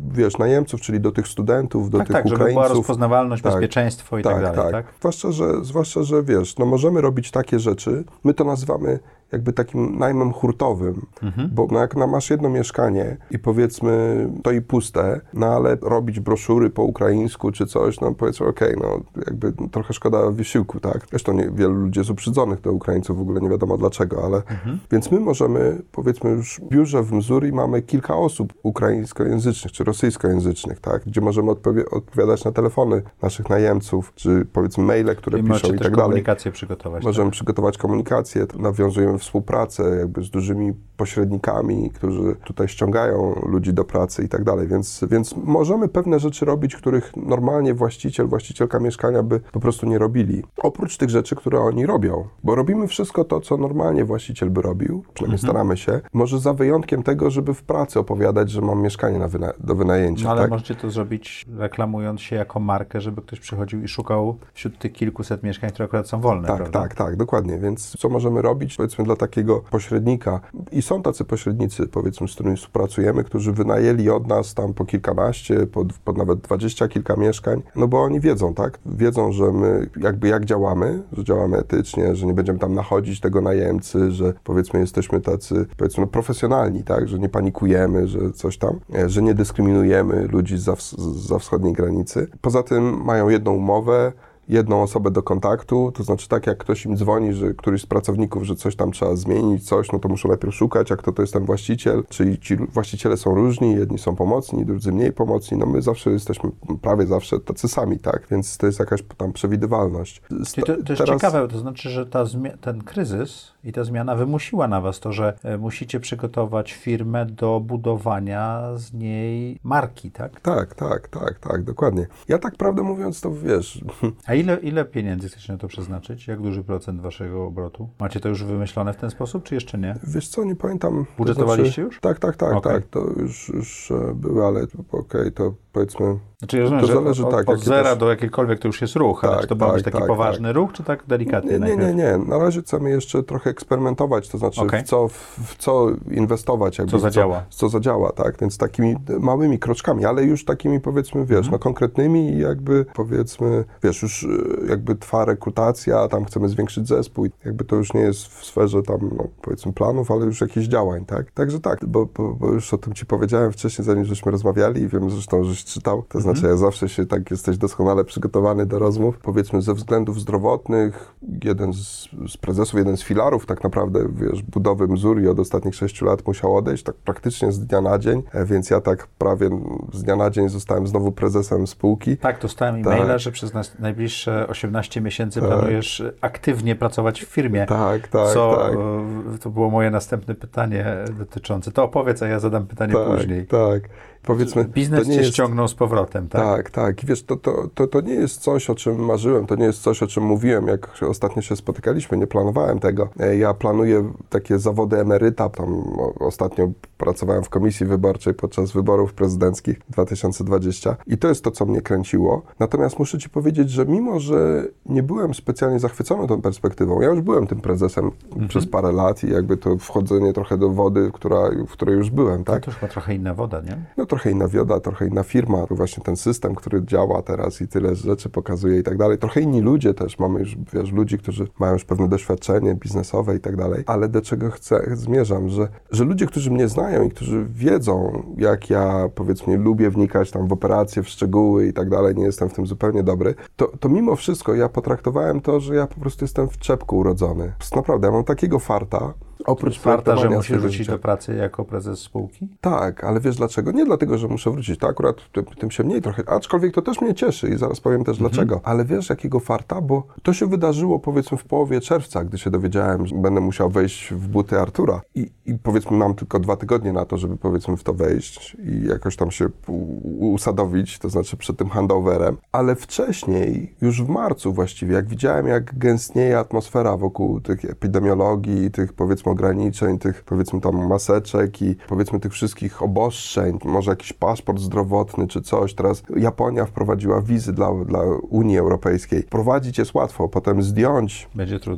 wiesz, najemców, czyli do tych studentów, do tak, tych tak, Ukraińców. żeby była rozpoznawalność, tak, bezpieczeństwo i tak, tak dalej, tak? Zwłaszcza, że, zwłaszcza, że wiesz, no możemy robić takie rzeczy, my to nazywamy jakby takim najmem hurtowym, mhm. bo no jak no masz jedno mieszkanie i powiedzmy to i puste, no ale robić broszury po ukraińsku czy coś, no powiedzmy okej, okay, no jakby trochę szkoda wysiłku, tak? Zresztą nie, wielu ludzi jest uprzedzonych do Ukraińców, w ogóle nie wiadomo dlaczego, ale mhm. więc my możemy, powiedzmy już w biurze w Missouri mamy kilka osób ukraińskojęzycznych czy rosyjskojęzycznych, tak? Gdzie możemy odpowie- odpowiadać na telefony naszych najemców, czy powiedzmy maile, które I piszą i tak dalej. komunikację przygotować. Możemy tak? przygotować komunikację, nawiązujemy współpracę jakby z dużymi pośrednikami, którzy tutaj ściągają ludzi do pracy i tak dalej, więc, więc możemy pewne rzeczy robić, których normalnie właściciel, właścicielka mieszkania by po prostu nie robili. Oprócz tych rzeczy, które oni robią, bo robimy wszystko to, co normalnie właściciel by robił, przynajmniej mhm. staramy się, może za wyjątkiem tego, żeby w pracy opowiadać, że mam mieszkanie na wyna- do wynajęcia. No ale tak? możecie to zrobić reklamując się jako markę, żeby ktoś przychodził i szukał wśród tych kilkuset mieszkań, które akurat są wolne, Tak, prawda? tak, tak, dokładnie, więc co możemy robić, powiedzmy dla takiego pośrednika i są tacy pośrednicy, powiedzmy, z którymi współpracujemy, którzy wynajęli od nas tam po kilkanaście, po, po nawet dwadzieścia kilka mieszkań, no bo oni wiedzą, tak, wiedzą, że my jakby jak działamy, że działamy etycznie, że nie będziemy tam nachodzić tego najemcy, że powiedzmy jesteśmy tacy, powiedzmy, no, profesjonalni, tak, że nie panikujemy, że coś tam, że nie dyskryminujemy ludzi za, za wschodniej granicy. Poza tym mają jedną umowę, jedną osobę do kontaktu, to znaczy tak jak ktoś im dzwoni, że któryś z pracowników, że coś tam trzeba zmienić, coś, no to muszą najpierw szukać, jak to to jest ten właściciel, czyli ci właściciele są różni, jedni są pomocni, drudzy mniej pomocni, no my zawsze jesteśmy, prawie zawsze tacy sami, tak, więc to jest jakaś tam przewidywalność. Sta- to, to jest teraz... ciekawe, to znaczy, że ta zmi- ten kryzys i ta zmiana wymusiła na was to, że e, musicie przygotować firmę do budowania z niej marki, tak? Tak, tak, tak, tak, dokładnie. Ja tak prawdę mówiąc, to wiesz... A ile, ile pieniędzy chcecie na to przeznaczyć? Jak duży procent waszego obrotu? Macie to już wymyślone w ten sposób, czy jeszcze nie? Wiesz co, nie pamiętam. Budżetowaliście to znaczy, już? Tak, tak, tak, okay. tak. To już, już było, ale okej, okay, to powiedzmy... Znaczy ja rozumiem, to że zależy, od, tak, od zera też... do jakiejkolwiek to już jest ruch, tak, ale czy to ma być taki tak, poważny tak. ruch, czy tak delikatnie? Nie, nie, nie, nie. Na razie chcemy jeszcze trochę eksperymentować, to znaczy okay. w, co, w, w co inwestować. Jakby, co zadziała. Co, co zadziała, tak. Więc takimi małymi kroczkami, ale już takimi powiedzmy, wiesz, mm. no konkretnymi i jakby powiedzmy, wiesz, już jakby trwa rekrutacja, tam chcemy zwiększyć zespół i jakby to już nie jest w sferze tam, no, powiedzmy planów, ale już jakichś działań, tak. Także tak, bo, bo, bo już o tym ci powiedziałem wcześniej, zanim żeśmy rozmawiali i wiem zresztą, żeś czytał, to znaczy ja zawsze się tak jesteś doskonale przygotowany do rozmów, powiedzmy ze względów zdrowotnych, jeden z, z prezesów, jeden z filarów tak naprawdę, wiesz, budowy Missouri od ostatnich sześciu lat musiał odejść, tak praktycznie z dnia na dzień, więc ja tak prawie z dnia na dzień zostałem znowu prezesem spółki. Tak, dostałem e-maila, tak. że przez nas najbliższe osiemnaście miesięcy tak. planujesz aktywnie pracować w firmie. Tak, tak, co, tak. To było moje następne pytanie dotyczące. To opowiedz, a ja zadam pytanie tak, później. Tak, Powiedzmy, biznes cię jest... ściągnął z powrotem, tak? Tak, tak. I wiesz, to, to, to, to nie jest coś, o czym marzyłem, to nie jest coś, o czym mówiłem, jak ostatnio się spotykaliśmy, nie planowałem tego. Ja planuję takie zawody emeryta, tam ostatnio pracowałem w komisji wyborczej podczas wyborów prezydenckich dwa tysiące dwudziestego i to jest to, co mnie kręciło. Natomiast muszę ci powiedzieć, że mimo, że nie byłem specjalnie zachwycony tą perspektywą, ja już byłem tym prezesem mhm. przez parę lat i jakby to wchodzenie trochę do wody, która, w której już byłem, tak? To już chyba trochę inna woda, nie? No trochę inna wioda, trochę inna firma, to właśnie ten system, który działa teraz i tyle rzeczy pokazuje i tak dalej. Trochę inni ludzie też, mamy już, wiesz, ludzi, którzy mają już pewne doświadczenie biznesowe i tak dalej, ale do czego chcę, zmierzam, że, że ludzie, którzy mnie znają i którzy wiedzą, jak ja, powiedzmy, lubię wnikać tam w operacje, w szczegóły i tak dalej, nie jestem w tym zupełnie dobry, to, to mimo wszystko ja potraktowałem to, że ja po prostu jestem w czepku urodzony. Naprawdę, ja mam takiego farta, oprócz farta, że musisz wrócić do pracy jako prezes spółki? Tak, ale wiesz dlaczego? Nie dlatego, że muszę wrócić. To akurat tym, tym się mniej trochę, aczkolwiek to też mnie cieszy i zaraz powiem też mhm. dlaczego. Ale wiesz jakiego farta? Bo to się wydarzyło powiedzmy w połowie czerwca, gdy się dowiedziałem, że będę musiał wejść w buty Artura. I, i powiedzmy mam tylko dwa tygodnie na to, żeby powiedzmy w to wejść i jakoś tam się usadowić, to znaczy przed tym handoverem. Ale wcześniej, już w marcu właściwie, jak widziałem jak gęstnieje atmosfera wokół tych epidemiologii i tych powiedzmy ograniczeń, tych powiedzmy tam maseczek i powiedzmy tych wszystkich obostrzeń, może jakiś paszport zdrowotny czy coś. Teraz Japonia wprowadziła wizy dla, dla Unii Europejskiej. Prowadzić jest łatwo, potem zdjąć będzie trudno.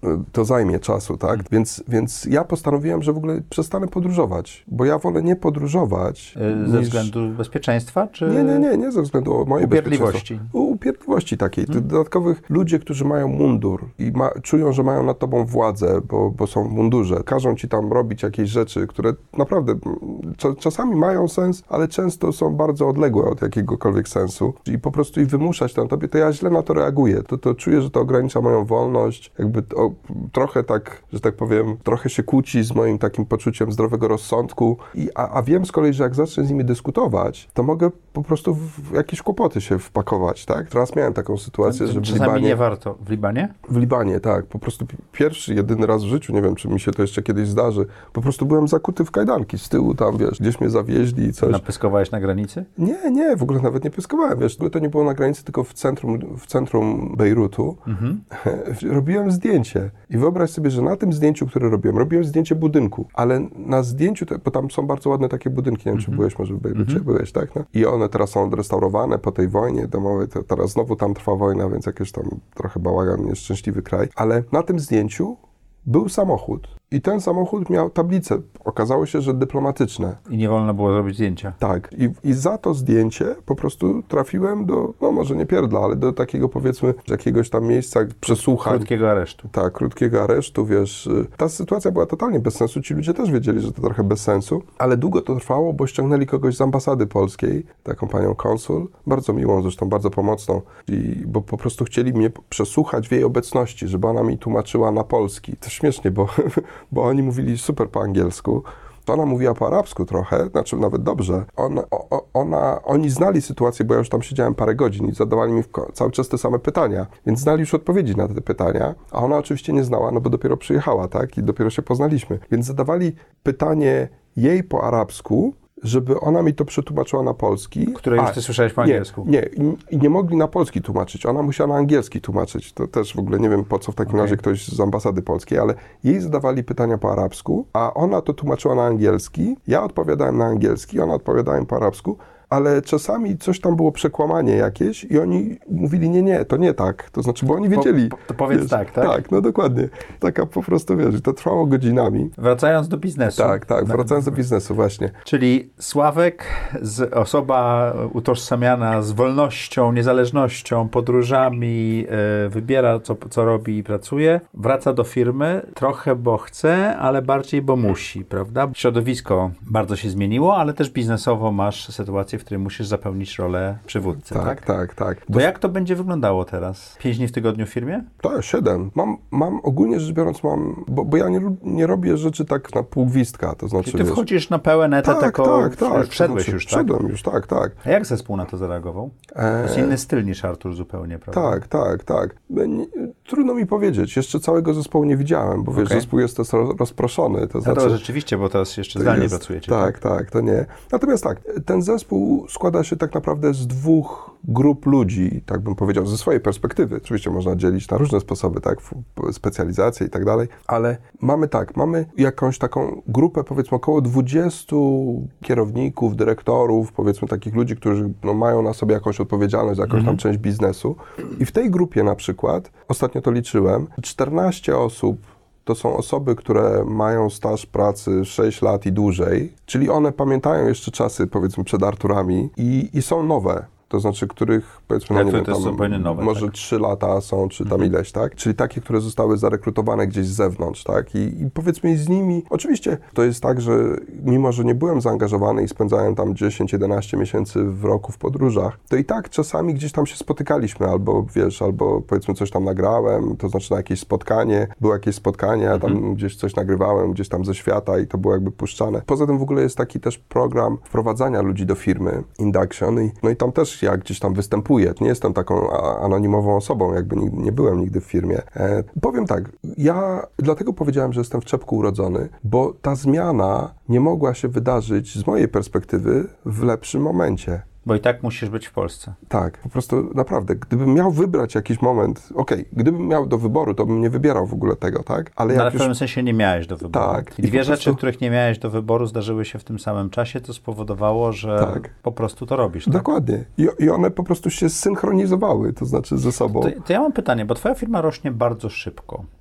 to zajmie czasu, tak? Hmm. Więc, więc ja postanowiłem, że w ogóle przestanę podróżować, bo ja wolę nie podróżować. Yy, ze niż... względu bezpieczeństwa, czy... Nie, nie, nie, nie ze względu mojej upierdliwości. Upierdliwości takiej. Hmm. Dodatkowych ludzie, którzy mają mundur i ma, czują, że mają nad tobą władzę, bo, bo są w mundurze, każą ci tam robić jakieś rzeczy, które naprawdę czasami mają sens, ale często są bardzo odległe od jakiegokolwiek sensu i po prostu ich wymuszać na tobie, to ja źle na to reaguję. To, to czuję, że to ogranicza moją wolność, jakby to, trochę tak, że tak powiem, trochę się kłóci z moim takim poczuciem zdrowego rozsądku, I, a, a wiem z kolei, że jak zacznę z nimi dyskutować, to mogę po prostu w jakieś kłopoty się wpakować, tak? Teraz miałem taką sytuację, że w Czasami Libanie... nie warto. W Libanie? W Libanie, tak. Po prostu pierwszy, jedyny raz w życiu, nie wiem, czy mi się to jeszcze kiedyś zdarzy, po prostu byłem zakuty w kajdanki z tyłu tam, wiesz, gdzieś mnie zawieźli i coś. Napyskowałeś na granicy? Nie, nie, w ogóle nawet nie pyskowałem, wiesz, to nie było na granicy, tylko w centrum, w centrum Bejrutu. Mhm. Robiłem zdjęcie i wyobraź sobie, że na tym zdjęciu, które robiłem, robiłem zdjęcie budynku, ale na zdjęciu, bo tam są bardzo ładne takie budynki, nie wiem, czy byłeś może w Bejrucie, byłeś, tak? No? I one teraz są odrestaurowane po tej wojnie domowej, to teraz znowu tam trwa wojna, więc jakieś tam trochę bałagan, nieszczęśliwy kraj, ale na tym zdjęciu był samochód i ten samochód miał tablicę, okazało się, że dyplomatyczne. I nie wolno było zrobić zdjęcia. Tak. I, i za to zdjęcie po prostu trafiłem do, no może nie pierdla, ale do takiego powiedzmy jakiegoś tam miejsca przesłuchań. Krótkiego aresztu. Tak, krótkiego aresztu, wiesz. Ta sytuacja była totalnie bez sensu, ci ludzie też wiedzieli, że to trochę bez sensu, ale długo to trwało, bo ściągnęli kogoś z ambasady polskiej, taką panią konsul, bardzo miłą zresztą, bardzo pomocną, i, bo po prostu chcieli mnie przesłuchać w jej obecności, żeby ona mi tłumaczyła na polski. To śmiesznie, bo bo oni mówili super po angielsku, to ona mówiła po arabsku trochę, znaczy nawet dobrze. Ona, o, ona, oni znali sytuację, bo ja już tam siedziałem parę godzin i zadawali mi cały czas te same pytania, więc znali już odpowiedzi na te pytania, a ona oczywiście nie znała, no bo dopiero przyjechała, tak, i dopiero się poznaliśmy. Więc zadawali pytanie jej po arabsku, żeby ona mi to przetłumaczyła na polski. Które już ty słyszałeś po angielsku. Nie, nie, i nie mogli na polski tłumaczyć. Ona musiała na angielski tłumaczyć. To też w ogóle nie wiem, po co w takim okay. razie ktoś z ambasady polskiej, ale jej zadawali pytania po arabsku, a ona to tłumaczyła na angielski. Ja odpowiadałem na angielski, ona odpowiadała im po arabsku, ale czasami coś tam było przekłamanie jakieś i oni mówili, nie, nie, to nie tak. To znaczy, bo oni wiedzieli. Po, po, to powiedz wiesz, tak, tak? Tak, no dokładnie. Taka po prostu, wiesz, to trwało godzinami. Wracając do biznesu. Tak, tak, wracając do biznesu, właśnie. Czyli Sławek, z, osoba utożsamiana z wolnością, niezależnością, podróżami, yy, wybiera, co, co robi i pracuje, wraca do firmy, trochę bo chce, ale bardziej bo musi, prawda? Środowisko bardzo się zmieniło, ale też biznesowo masz sytuację, w której musisz zapełnić rolę przywódcy, tak? Tak, tak, tak. To jak to będzie wyglądało teraz? Pięć dni w tygodniu w firmie? Tak, siedem. Mam, mam ogólnie rzecz biorąc, mam, bo, bo ja nie, nie robię rzeczy tak na pół gwizdka, to znaczy, Czyli ty wchodzisz na pełen etat, tak, jako tak, tak, wszedłeś to znaczy, już, tak? Wszedłem już, tak, tak. A jak zespół na to zareagował? To jest inny styl niż Artur zupełnie, prawda? Tak, tak, tak. Nie, trudno mi powiedzieć, jeszcze całego zespołu nie widziałem, bo wiesz, okay. zespół jest też rozproszony. To znaczy, no to rzeczywiście, bo teraz jeszcze zdalnie jest, pracujecie. Tak, tak, tak, to nie. Natomiast tak, ten zespół składa się tak naprawdę z dwóch grup ludzi, tak bym powiedział, ze swojej perspektywy. Oczywiście można dzielić na różne sposoby, tak, specjalizacje i tak dalej, ale mamy tak, mamy jakąś taką grupę, powiedzmy około dwudziestu kierowników, dyrektorów, powiedzmy takich ludzi, którzy no, mają na sobie jakąś odpowiedzialność za jakąś tam część biznesu i w tej grupie na przykład, ostatnio to liczyłem, czternaście osób to są osoby, które mają staż pracy sześć lat i dłużej, czyli one pamiętają jeszcze czasy, powiedzmy, przed Arturami i, i są nowe. To znaczy, których, powiedzmy, no nie wiem, tam nowe, może tak? trzy lata są, czy tam mhm. ileś, tak? Czyli takie, które zostały zarekrutowane gdzieś z zewnątrz, tak? I, i powiedzmy z nimi, oczywiście to jest tak, że mimo, że nie byłem zaangażowany i spędzałem tam dziesięć jedenaście miesięcy w roku w podróżach, to i tak czasami gdzieś tam się spotykaliśmy, albo wiesz, albo powiedzmy coś tam nagrałem, to znaczy na jakieś spotkanie, było jakieś spotkanie, ja tam mhm. gdzieś coś nagrywałem, gdzieś tam ze świata i to było jakby puszczane. Poza tym w ogóle jest taki też program wprowadzania ludzi do firmy, Induction, i, no i tam też ja gdzieś tam występuję. Nie jestem taką anonimową osobą, jakby nie, nie byłem nigdy w firmie. E, powiem tak, ja dlatego powiedziałem, że jestem w czepku urodzony, bo ta zmiana nie mogła się wydarzyć z mojej perspektywy w lepszym momencie. Bo i tak musisz być w Polsce. Tak, po prostu naprawdę, gdybym miał wybrać jakiś moment, okej, okay, gdybym miał do wyboru, to bym nie wybierał w ogóle tego, tak? Ale, no, ale w już... pewnym sensie nie miałeś do wyboru. Tak. I dwie rzeczy, prostu... których nie miałeś do wyboru, zdarzyły się w tym samym czasie, to spowodowało, że tak. po prostu to robisz. Tak? Dokładnie. I, I one po prostu się zsynchronizowały, to znaczy ze sobą. To, to ja mam pytanie, bo twoja firma rośnie bardzo szybko.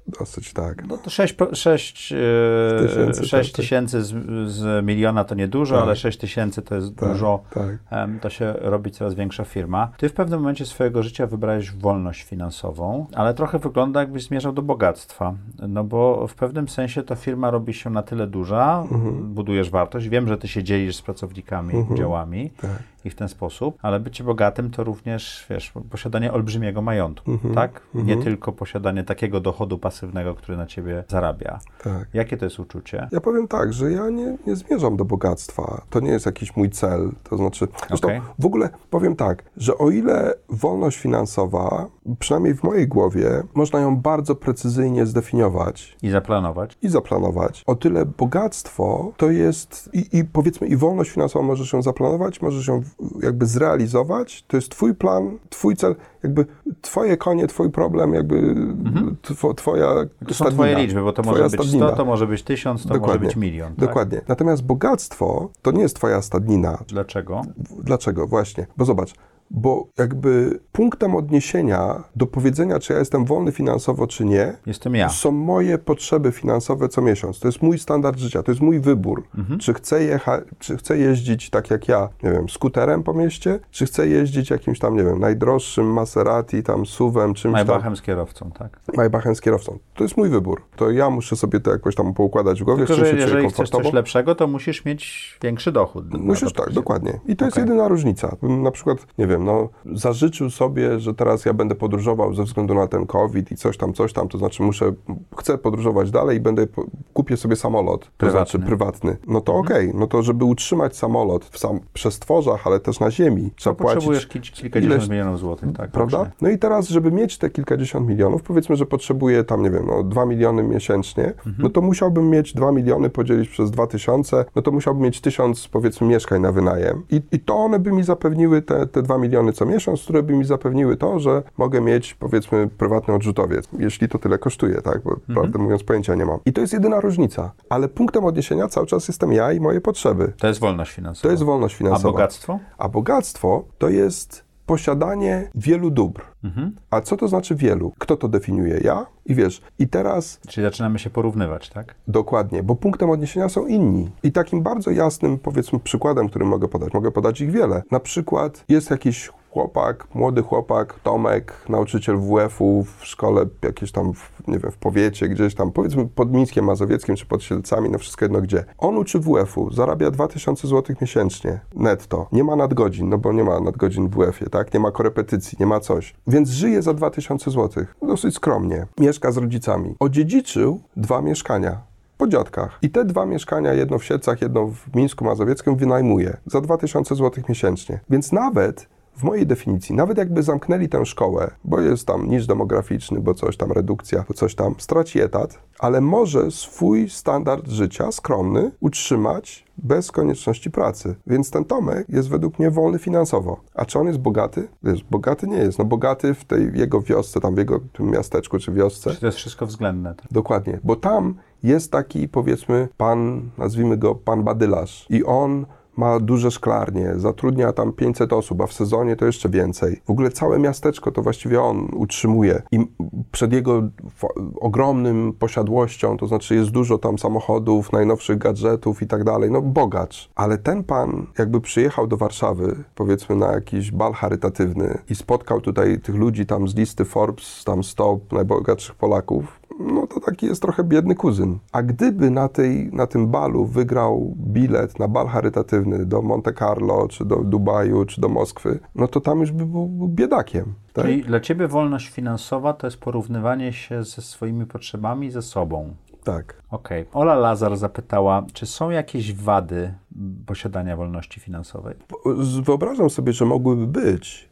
Dosyć, tak. No to sześć tysięcy, tysięcy z, z miliona to nie dużo, tak. ale sześć tysięcy to jest tak, dużo. Tak. Um, to się robi coraz większa firma. Ty w pewnym momencie swojego życia wybrałeś wolność finansową, ale trochę wygląda, jakbyś zmierzał do bogactwa. No bo w pewnym sensie ta firma robi się na tyle duża, mhm. budujesz wartość. Wiem, że ty się dzielisz z pracownikami mhm. działami tak. i w ten sposób, ale bycie bogatym to również, wiesz, posiadanie olbrzymiego majątku, mhm. tak? Nie mhm. tylko posiadanie takiego dochodu pasywnego, który na ciebie zarabia. Tak. Jakie to jest uczucie? Ja powiem tak, że ja nie, nie zmierzam do bogactwa. To nie jest jakiś mój cel. To znaczy, zresztą okay. w ogóle powiem tak, że o ile wolność finansowa, przynajmniej w mojej głowie, można ją bardzo precyzyjnie zdefiniować. I zaplanować. I zaplanować. O tyle bogactwo to jest, i, i powiedzmy, i wolność finansową możesz ją zaplanować, możesz ją jakby zrealizować. To jest twój plan, twój cel, jakby twoje konie, twój problem, jakby mhm. tw, twoja To są stadnina, twoje liczby, bo to może być stadnina. sto, to może być tysiąc, to Dokładnie. może być milion. Tak? Dokładnie. Natomiast bogactwo to nie jest twoja stadnina. Dlaczego? Dlaczego? Właśnie. Bo zobacz, bo jakby punktem odniesienia do powiedzenia, czy ja jestem wolny finansowo, czy nie, jestem ja. Są moje potrzeby finansowe co miesiąc. To jest mój standard życia, to jest mój wybór. Mhm. Czy chcę jechać, czy chcę jeździć tak jak ja, nie wiem, skuterem po mieście, czy chcę jeździć jakimś tam, nie wiem, najdroższym Maserati, tam suwem, czymś Maybachem tam. z kierowcą, tak. Maybachem z kierowcą. To jest mój wybór. To ja muszę sobie to jakoś tam poukładać w głowie, Tylko, z czym że się czuję jeżeli chcesz coś lepszego, to musisz mieć większy dochód. Musisz, tak, dokładnie. I to jest okay. jedyna różnica. Na przykład, nie wiem, no, zażyczył sobie, że teraz ja będę podróżował ze względu na ten COVID i coś tam, coś tam, to znaczy muszę, chcę podróżować dalej i będę, kupię sobie samolot, prywatny. To znaczy prywatny. No to mhm. okej, okay. no to żeby utrzymać samolot w sam przestworzach, ale też na ziemi, trzeba płacić... Potrzebujesz kilkadziesiąt ileś, milionów złotych, tak. Prawda? Rocznie. No i teraz, żeby mieć te kilkadziesiąt milionów, powiedzmy, że potrzebuję tam, nie wiem, no dwa miliony miesięcznie, mhm. no to musiałbym mieć dwa miliony podzielić przez dwa tysiące, no to musiałbym mieć tysiąc, powiedzmy, mieszkań na wynajem. I, i to one by mi zapewniły te, te dwa miliony co miesiąc, które by mi zapewniły to, że mogę mieć, powiedzmy, prywatny odrzutowiec, jeśli to tyle kosztuje, tak, bo mhm. prawdę mówiąc pojęcia nie mam. I to jest jedyna różnica, ale punktem odniesienia cały czas jestem ja i moje potrzeby. To jest wolność finansowa. To jest wolność finansowa. A bogactwo? A bogactwo to jest posiadanie wielu dóbr. Mhm. A co to znaczy wielu? Kto to definiuje? Ja? I wiesz, i teraz... Czyli zaczynamy się porównywać, tak? Dokładnie, bo punktem odniesienia są inni. I takim bardzo jasnym, powiedzmy, przykładem, który mogę podać, mogę podać ich wiele. Na przykład jest jakiś chłopak, młody chłopak, Tomek, nauczyciel W F-u w szkole jakieś tam, w, nie wiem, w powiecie, gdzieś tam, powiedzmy pod Mińskiem Mazowieckim, czy pod Siedlcami, no wszystko jedno gdzie. On uczy W F-u, zarabia dwa tysiące złotych miesięcznie, netto. Nie ma nadgodzin, no bo nie ma nadgodzin w W F-ie, tak? Nie ma korepetycji, nie ma coś. Więc żyje za dwa tysiące złotych. Dosyć skromnie. Mieszka z rodzicami. Odziedziczył dwa mieszkania. Po dziadkach. I te dwa mieszkania, jedno w Siedlcach, jedno w Mińsku Mazowieckim, wynajmuje za dwa tysiące złotych miesięcznie. Więc nawet w mojej definicji, nawet jakby zamknęli tę szkołę, bo jest tam niż demograficzny, bo coś tam, redukcja, bo coś tam, straci etat, ale może swój standard życia skromny utrzymać bez konieczności pracy. Więc ten Tomek jest według mnie wolny finansowo. A czy on jest bogaty? Wiesz, bogaty nie jest. No bogaty w tej jego wiosce, tam w jego tym miasteczku czy wiosce. Czy to jest wszystko względne. Tak? Dokładnie, bo tam jest taki, powiedzmy, pan, nazwijmy go pan badylarz i on ma duże szklarnie, zatrudnia tam pięćset osób, a w sezonie to jeszcze więcej. W ogóle całe miasteczko to właściwie on utrzymuje i przed jego ogromnym posiadłością, to znaczy jest dużo tam samochodów, najnowszych gadżetów i tak dalej, no bogacz. Ale ten pan jakby przyjechał do Warszawy, powiedzmy na jakiś bal charytatywny i spotkał tutaj tych ludzi tam z listy Forbes, tam sto najbogatszych Polaków, no to taki jest trochę biedny kuzyn. A gdyby na, tej, na tym balu wygrał bilet na bal charytatywny do Monte Carlo, czy do Dubaju, czy do Moskwy, no to tam już by był, był biedakiem. Tak? Czyli dla ciebie wolność finansowa to jest porównywanie się ze swoimi potrzebami ze sobą. Tak. Okej. Okay. Ola Lazar zapytała, czy są jakieś wady posiadania wolności finansowej? Wyobrażam sobie, że mogłyby być.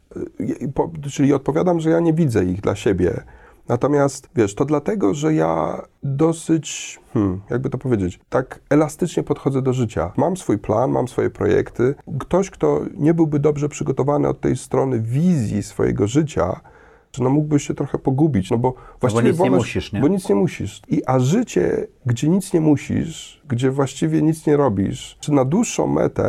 Czyli odpowiadam, że ja nie widzę ich dla siebie. Natomiast, wiesz, to dlatego, że ja dosyć, hmm, jakby to powiedzieć, tak elastycznie podchodzę do życia. Mam swój plan, mam swoje projekty. Ktoś, kto nie byłby dobrze przygotowany od tej strony wizji swojego życia, no mógłby się trochę pogubić, no bo właściwie... No bo nic wolność, nie musisz, nie? Bo nic nie musisz. I, a życie, gdzie nic nie musisz, gdzie właściwie nic nie robisz, czy na dłuższą metę,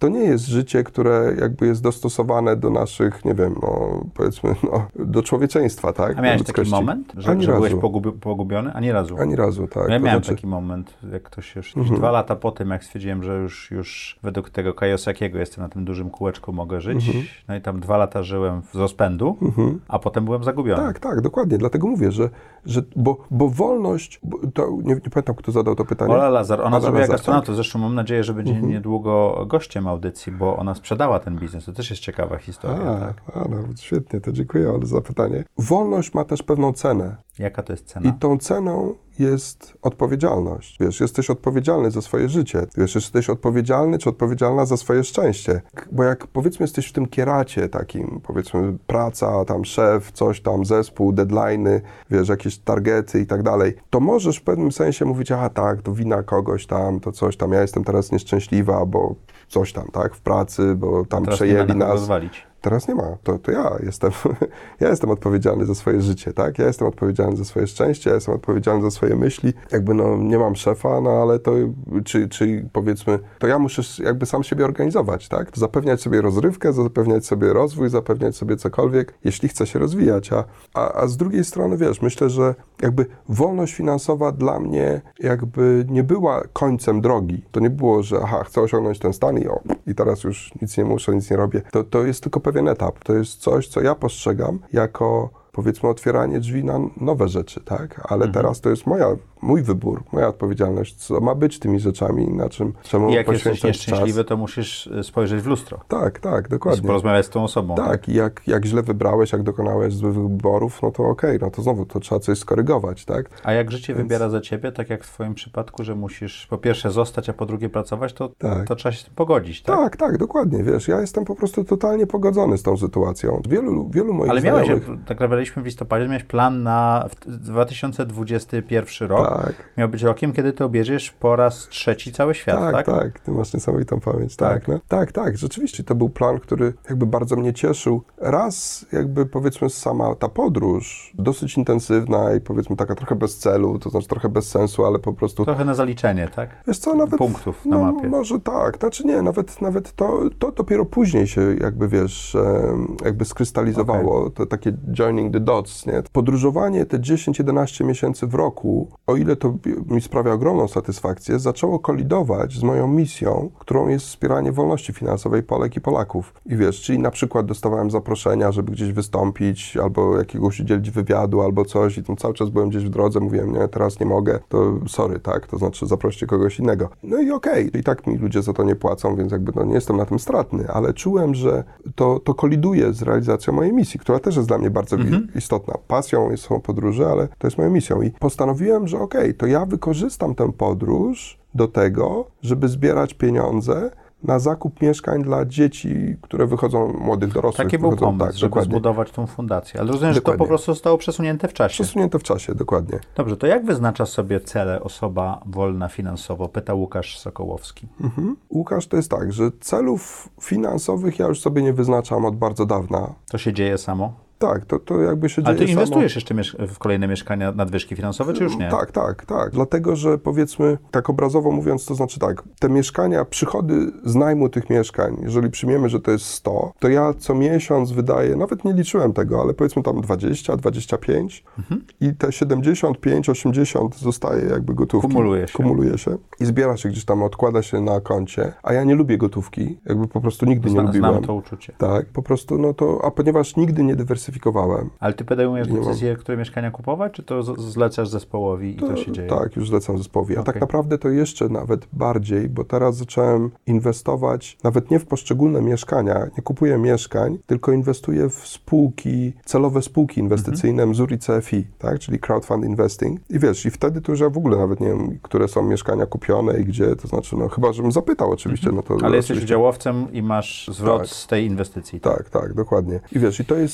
to nie jest życie, które jakby jest dostosowane do naszych, nie wiem, no powiedzmy, no, do człowieczeństwa, tak? A miałeś taki moment, że, Ani że byłeś razu. pogubi- pogubiony? Ani razu. Ani razu, tak. Ja To miałem znaczy- taki moment, jak to się już, Mhm. dwa lata po tym, jak stwierdziłem, że już, już według tego Kiyosakiego jestem na tym dużym kółeczku, mogę żyć. Mhm. No i tam dwa lata żyłem z rozpędu, Mhm. a potem byłem zagubiony. Tak, tak, dokładnie. Dlatego mówię, że, że bo, bo wolność, bo to nie, nie pamiętam, kto zadał to pytanie. Ola Lazar, ona Ola zrobiła Lazar, gastronautów. Zresztą mam nadzieję, że będzie Mhm. niedługo gościem audycji, bo ona sprzedała ten biznes. To też jest ciekawa historia. A, Tak? a no, świetnie, to dziękuję Olu za pytanie. Wolność ma też pewną cenę. Jaka to jest cena? I tą ceną jest odpowiedzialność. Wiesz, jesteś odpowiedzialny za swoje życie. Wiesz, jesteś odpowiedzialny czy odpowiedzialna za swoje szczęście. Bo jak powiedzmy jesteś w tym kieracie takim, powiedzmy praca, tam szef, coś tam, zespół, deadline'y, wiesz, jakieś targety i tak dalej, to możesz w pewnym sensie mówić, a tak, to wina kogoś tam, to coś tam, ja jestem teraz nieszczęśliwa, bo coś tam, tak, w pracy, bo tam Teraz przejęli nie ma na kogo nas. zwalić. Teraz nie ma. To, to ja jestem, ja jestem odpowiedzialny za swoje życie, tak? Ja jestem odpowiedzialny za swoje szczęście, ja jestem odpowiedzialny za swoje myśli. Jakby no nie mam szefa, no ale to, czy, czy powiedzmy, to ja muszę jakby sam siebie organizować, tak? Zapewniać sobie rozrywkę, zapewniać sobie rozwój, zapewniać sobie cokolwiek, jeśli chcę się rozwijać. A, a, a z drugiej strony, wiesz, myślę, że jakby wolność finansowa dla mnie jakby nie była końcem drogi. To nie było, że aha, chcę osiągnąć ten stan i o, i teraz już nic nie muszę, nic nie robię. To, to jest tylko pewien etap. To jest coś, co ja postrzegam jako, powiedzmy, otwieranie drzwi na nowe rzeczy, tak? Ale Mhm. teraz to jest moja, mój wybór, moja odpowiedzialność, co ma być tymi rzeczami, na czym, czemu I jak jesteś poświęcać nieszczęśliwy, czas. to musisz spojrzeć w lustro. Tak, tak, I dokładnie. porozmawiać z tą osobą. Tak, i jak, jak źle wybrałeś, jak dokonałeś złych wyborów, no to okej, no to znowu to trzeba coś skorygować, tak? A jak życie Więc- wybiera za ciebie, tak jak w twoim przypadku, że musisz po pierwsze zostać, a po drugie pracować, to, Tak. to trzeba się z tym pogodzić, tak? Tak, tak, dokładnie, wiesz, ja jestem po prostu totalnie pogodzony z tą sytuacją. Wielu, wielu moich Ale miałeś, znajomych... jak tak rozmawialiśmy w listopadzie, miałeś plan na w- dwa tysiące dwudziesty pierwszy rok. Tak. Miał być rokiem, kiedy ty objedziesz po raz trzeci cały świat, tak? Tak, tak, ty masz niesamowitą pamięć, tak, Tak. no. tak, tak, rzeczywiście to był plan, który jakby bardzo mnie cieszył. Raz jakby powiedzmy sama ta podróż, dosyć intensywna i powiedzmy taka trochę bez celu, to znaczy trochę bez sensu, ale po prostu, Trochę na zaliczenie, tak? wiesz co, nawet... Punktów na no, mapie. może tak, znaczy nie, nawet, nawet to, to dopiero później się jakby, wiesz, em, jakby skrystalizowało, to takie joining the dots, nie? Podróżowanie te dziesięć jedenaście miesięcy w roku, o ile to mi sprawia ogromną satysfakcję, zaczęło kolidować z moją misją, którą jest wspieranie wolności finansowej Polek i Polaków. I wiesz, czyli na przykład dostawałem zaproszenia, żeby gdzieś wystąpić, albo jakiegoś udzielić wywiadu, albo coś i tam cały czas byłem gdzieś w drodze, mówiłem, nie, teraz nie mogę, to sorry, tak, to znaczy zaproście kogoś innego. No i okej, i tak mi ludzie za to nie płacą, więc jakby no nie jestem na tym stratny, ale czułem, że to, to koliduje z realizacją mojej misji, która też jest dla mnie bardzo Mhm. istotna. Pasją są podróże, ale to jest moją misją i postanowiłem, że okej, to ja wykorzystam tę podróż do tego, żeby zbierać pieniądze na zakup mieszkań dla dzieci, które wychodzą, młodych dorosłych. Taki był wychodzą, pomysł, tak, żeby dokładnie. zbudować tą fundację. Ale rozumiem, że to Dokładnie. po prostu zostało przesunięte w czasie. Przesunięte w czasie, dokładnie. Dobrze, to jak wyznacza sobie cele osoba wolna finansowo? Pyta Łukasz Sokołowski. Mhm. Łukasz, to jest tak, że celów finansowych ja już sobie nie wyznaczam od bardzo dawna. To się dzieje samo? Tak, to, to jakby się Ale dzieje ty samo. inwestujesz jeszcze miesz- w kolejne mieszkania, nadwyżki finansowe, czy już nie? Tak, tak, tak. Dlatego, że powiedzmy, tak obrazowo mówiąc, to znaczy tak, te mieszkania, przychody z najmu tych mieszkań, jeżeli przyjmiemy, że to jest sto, to ja co miesiąc wydaję, nawet nie liczyłem tego, ale powiedzmy tam dwadzieścia, dwadzieścia pięć Mhm. i te siedemdziesiąt pięć, osiemdziesiąt zostaje jakby gotówki. Kumuluje się. Kumuluje się i zbiera się gdzieś tam, odkłada się na koncie, a ja nie lubię gotówki, jakby po prostu nigdy nie Zna, lubiłem. znam to uczucie. Tak, po prostu, no to, a ponieważ nigdy nie dywersyfikowałem, Ale ty podejmujesz Nie mam. decyzję, które mieszkania kupować, czy to z- zlecasz zespołowi i to, się dzieje? Tak, już zlecam zespołowi. A Okej. tak naprawdę to jeszcze nawet bardziej, bo teraz zacząłem inwestować nawet nie w poszczególne mieszkania, nie kupuję mieszkań, tylko inwestuję w spółki, celowe spółki inwestycyjne, Mzuri C F I, tak, czyli Crowdfund Investing. I wiesz, i wtedy to już ja w ogóle nawet nie wiem, które są mieszkania kupione i gdzie, to znaczy, no chyba, żebym zapytał oczywiście, no to... Ale jesteś oczywiście- udziałowcem i masz zwrot Tak. z tej inwestycji. Tak, tak, dokładnie. I wiesz, i to jest jeszcze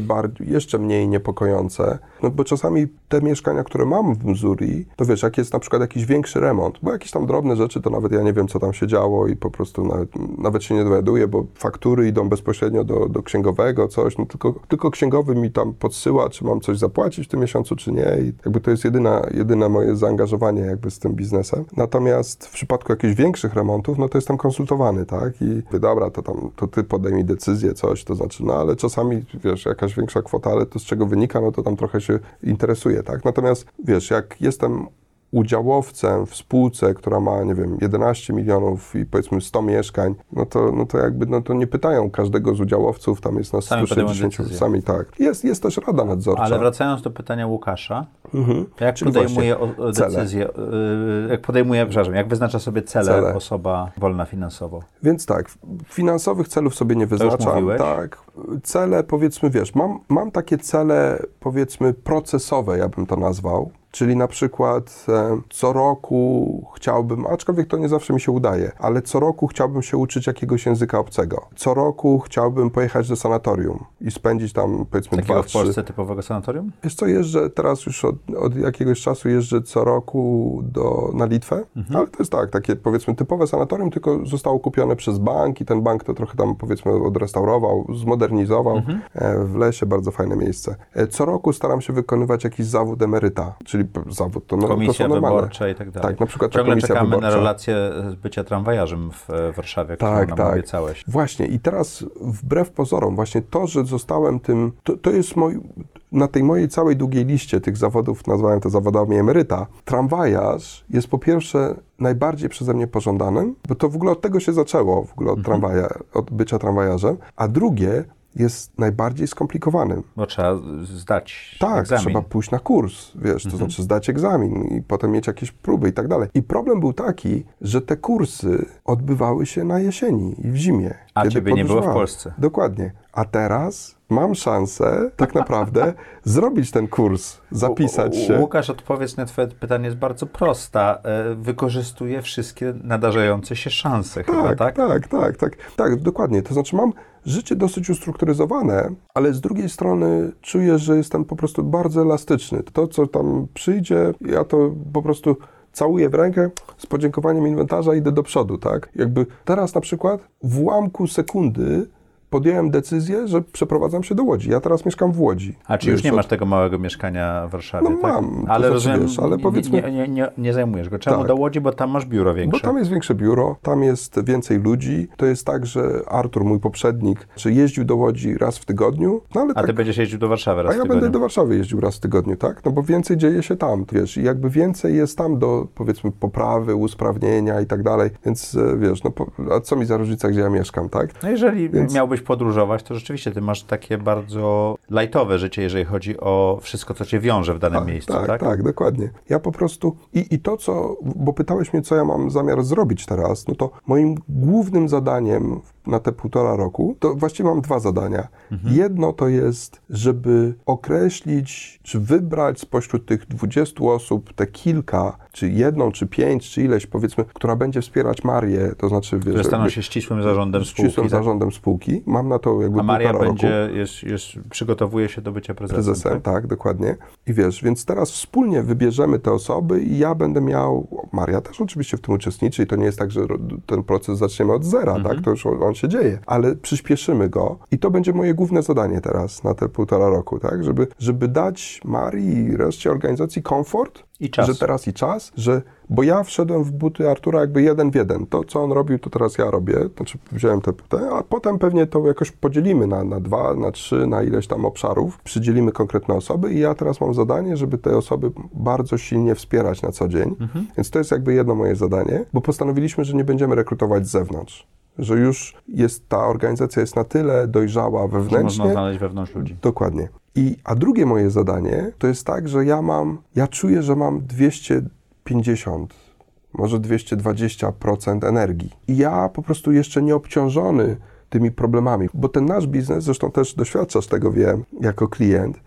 bardziej, jeszcze mniej niepokojące, no bo czasami te mieszkania, które mam w Missouri, to wiesz, jak jest na przykład jakiś większy remont, bo jakieś tam drobne rzeczy, to nawet ja nie wiem, co tam się działo i po prostu nawet, nawet się nie dowiaduję, bo faktury idą bezpośrednio do, do księgowego, coś, no tylko, tylko księgowy mi tam podsyła, czy mam coś zapłacić w tym miesiącu, czy nie i jakby to jest jedyna, jedyne moje zaangażowanie jakby z tym biznesem. Natomiast w przypadku jakichś większych remontów, no to jestem konsultowany, tak, i mówię, dobra, to tam, to ty podejmij decyzję, coś, to znaczy, no ale czasami, wiesz, jakaś większa kwota, ale to z czego wynika, no to tam trochę się interesuje, tak, natomiast, wiesz, jak jestem udziałowcem w spółce, która ma, nie wiem, jedenaście milionów i powiedzmy sto mieszkań, no to, no to jakby, no to nie pytają każdego z udziałowców, tam jest nas sto sześćdziesiąt, sami tak. Jest, jest też rada nadzorcza. Ale wracając do pytania Łukasza, mhm. jak Czyli podejmuje o, o decyzję, yy, jak podejmuje, przepraszam, jak wyznacza sobie cele, cele osoba wolna finansowo? Więc tak, finansowych celów sobie nie wyznaczam, tak. Cele, powiedzmy, wiesz, mam, mam takie cele, powiedzmy, procesowe, ja bym to nazwał. Czyli na przykład e, co roku chciałbym, aczkolwiek to nie zawsze mi się udaje, ale co roku chciałbym się uczyć jakiegoś języka obcego. Co roku chciałbym pojechać do sanatorium i spędzić tam, powiedzmy, takiego dwa, w Polsce trzy... typowego sanatorium? Wiesz co, jeżdżę teraz już od, od jakiegoś czasu jeżdżę co roku do, na Litwę, mhm. ale to jest tak, takie powiedzmy typowe sanatorium, tylko zostało kupione przez bank i ten bank to trochę tam powiedzmy odrestaurował, zmodernizował. Mhm. E, w lesie bardzo fajne miejsce. E, co roku staram się wykonywać jakiś zawód emeryta, czyli zawód, to, no, komisja to są normalne. Wyborcza i tak dalej. Tak, na przykład Ciągle ta komisja czekamy wyborcza. na relację z bycia tramwajarzem w Warszawie, którą tak, nam tak. obiecałeś. Właśnie i teraz wbrew pozorom, właśnie to, że zostałem tym, to, to jest mój, na tej mojej całej długiej liście tych zawodów, nazwałem to zawodami emeryta, tramwajarz jest po pierwsze najbardziej przeze mnie pożądanym, bo to w ogóle od tego się zaczęło, w ogóle od, mhm. tramwaja, od bycia tramwajarzem, a drugie jest najbardziej skomplikowanym. Bo trzeba zdać tak, egzamin. trzeba pójść na kurs, wiesz, to mhm. znaczy zdać egzamin i potem mieć jakieś próby i tak dalej. I problem był taki, że te kursy odbywały się na jesieni i w zimie. A kiedy ciebie nie było w Polsce. Dokładnie. A teraz mam szansę tak naprawdę zrobić ten kurs, zapisać się. Łukasz, odpowiedź na twoje pytanie jest bardzo prosta. Wykorzystuje wszystkie nadarzające się szanse tak, chyba, tak? Tak, tak, tak. Tak, dokładnie. To znaczy mam życie dosyć ustrukturyzowane, ale z drugiej strony czuję, że jestem po prostu bardzo elastyczny. To, co tam przyjdzie, ja to po prostu całuję w rękę, z podziękowaniem inwentarza idę do przodu, tak? Jakby teraz na przykład w ułamku sekundy podjąłem decyzję, że przeprowadzam się do Łodzi. Ja teraz mieszkam w Łodzi. A czy już nie masz tego małego mieszkania w Warszawie? No tak? mam. Ale znaczy, rozumiem, wiesz, ale powiedzmy, nie, nie, nie, nie zajmujesz go. Czemu tak. do Łodzi? Bo tam masz biuro większe. Bo tam jest większe biuro, tam jest więcej ludzi. To jest tak, że Artur, mój poprzednik, czy jeździł do Łodzi raz w tygodniu. No, ale A ty tak, będziesz jeździł do Warszawy raz A ja w tygodniu? będę do Warszawy jeździł raz w tygodniu, tak? No bo więcej dzieje się tam, wiesz, i jakby więcej jest tam do, powiedzmy, poprawy, usprawnienia i tak dalej. Więc, wiesz, no, po, a co mi za różnica, gdzie ja mieszkam, tak? No jeżeli Więc... miałbyś podróżować, to rzeczywiście ty masz takie bardzo lajtowe życie, jeżeli chodzi o wszystko, co cię wiąże w danym tak, miejscu, tak? tak? Tak, dokładnie. Ja po prostu, i, i to co, bo pytałeś mnie, co ja mam zamiar zrobić teraz, no to moim głównym zadaniem na te półtora roku, to właściwie mam dwa zadania. Mhm. Jedno to jest, żeby określić, czy wybrać spośród tych dwudziestu osób te kilka, czy jedną, czy pięć, czy ileś, powiedzmy, która będzie wspierać Marię, to znaczy... Które staną się ścisłym zarządem spółki. Ścisłym tak? zarządem spółki. Mam na to jakby A Maria półtora będzie, roku. jest, jest, przygotowuje się do bycia prezesem. Prezesem, tak? tak, dokładnie. I wiesz, więc teraz wspólnie wybierzemy te osoby i ja będę miał, Maria też oczywiście w tym uczestniczy i to nie jest tak, że ten proces zaczniemy od zera, mhm. tak, to już on się dzieje, ale przyspieszymy go i to będzie moje główne zadanie teraz na te półtora roku, tak, żeby, żeby dać Marii i reszcie organizacji komfort, I czas. że teraz i czas, że, bo ja wszedłem w buty Artura jakby jeden w jeden. To, co on robił, to teraz ja robię. Znaczy wziąłem te, te a potem pewnie to jakoś podzielimy na, na dwa, na trzy, na ileś tam obszarów. Przydzielimy konkretne osoby i ja teraz mam zadanie, żeby te osoby bardzo silnie wspierać na co dzień. Mhm. Więc to jest jakby jedno moje zadanie, bo postanowiliśmy, że nie będziemy rekrutować z zewnątrz. Że już jest, ta organizacja jest na tyle dojrzała wewnętrznie. Że można znaleźć wewnątrz ludzi. Dokładnie. I, a drugie moje zadanie to jest tak, że ja mam, ja czuję, że mam dwieście pięćdziesiąt, może dwieście dwadzieścia procent energii. I ja po prostu jeszcze nie obciążony tymi problemami, bo ten nasz biznes, zresztą też doświadczasz tego, wiem, jako klient,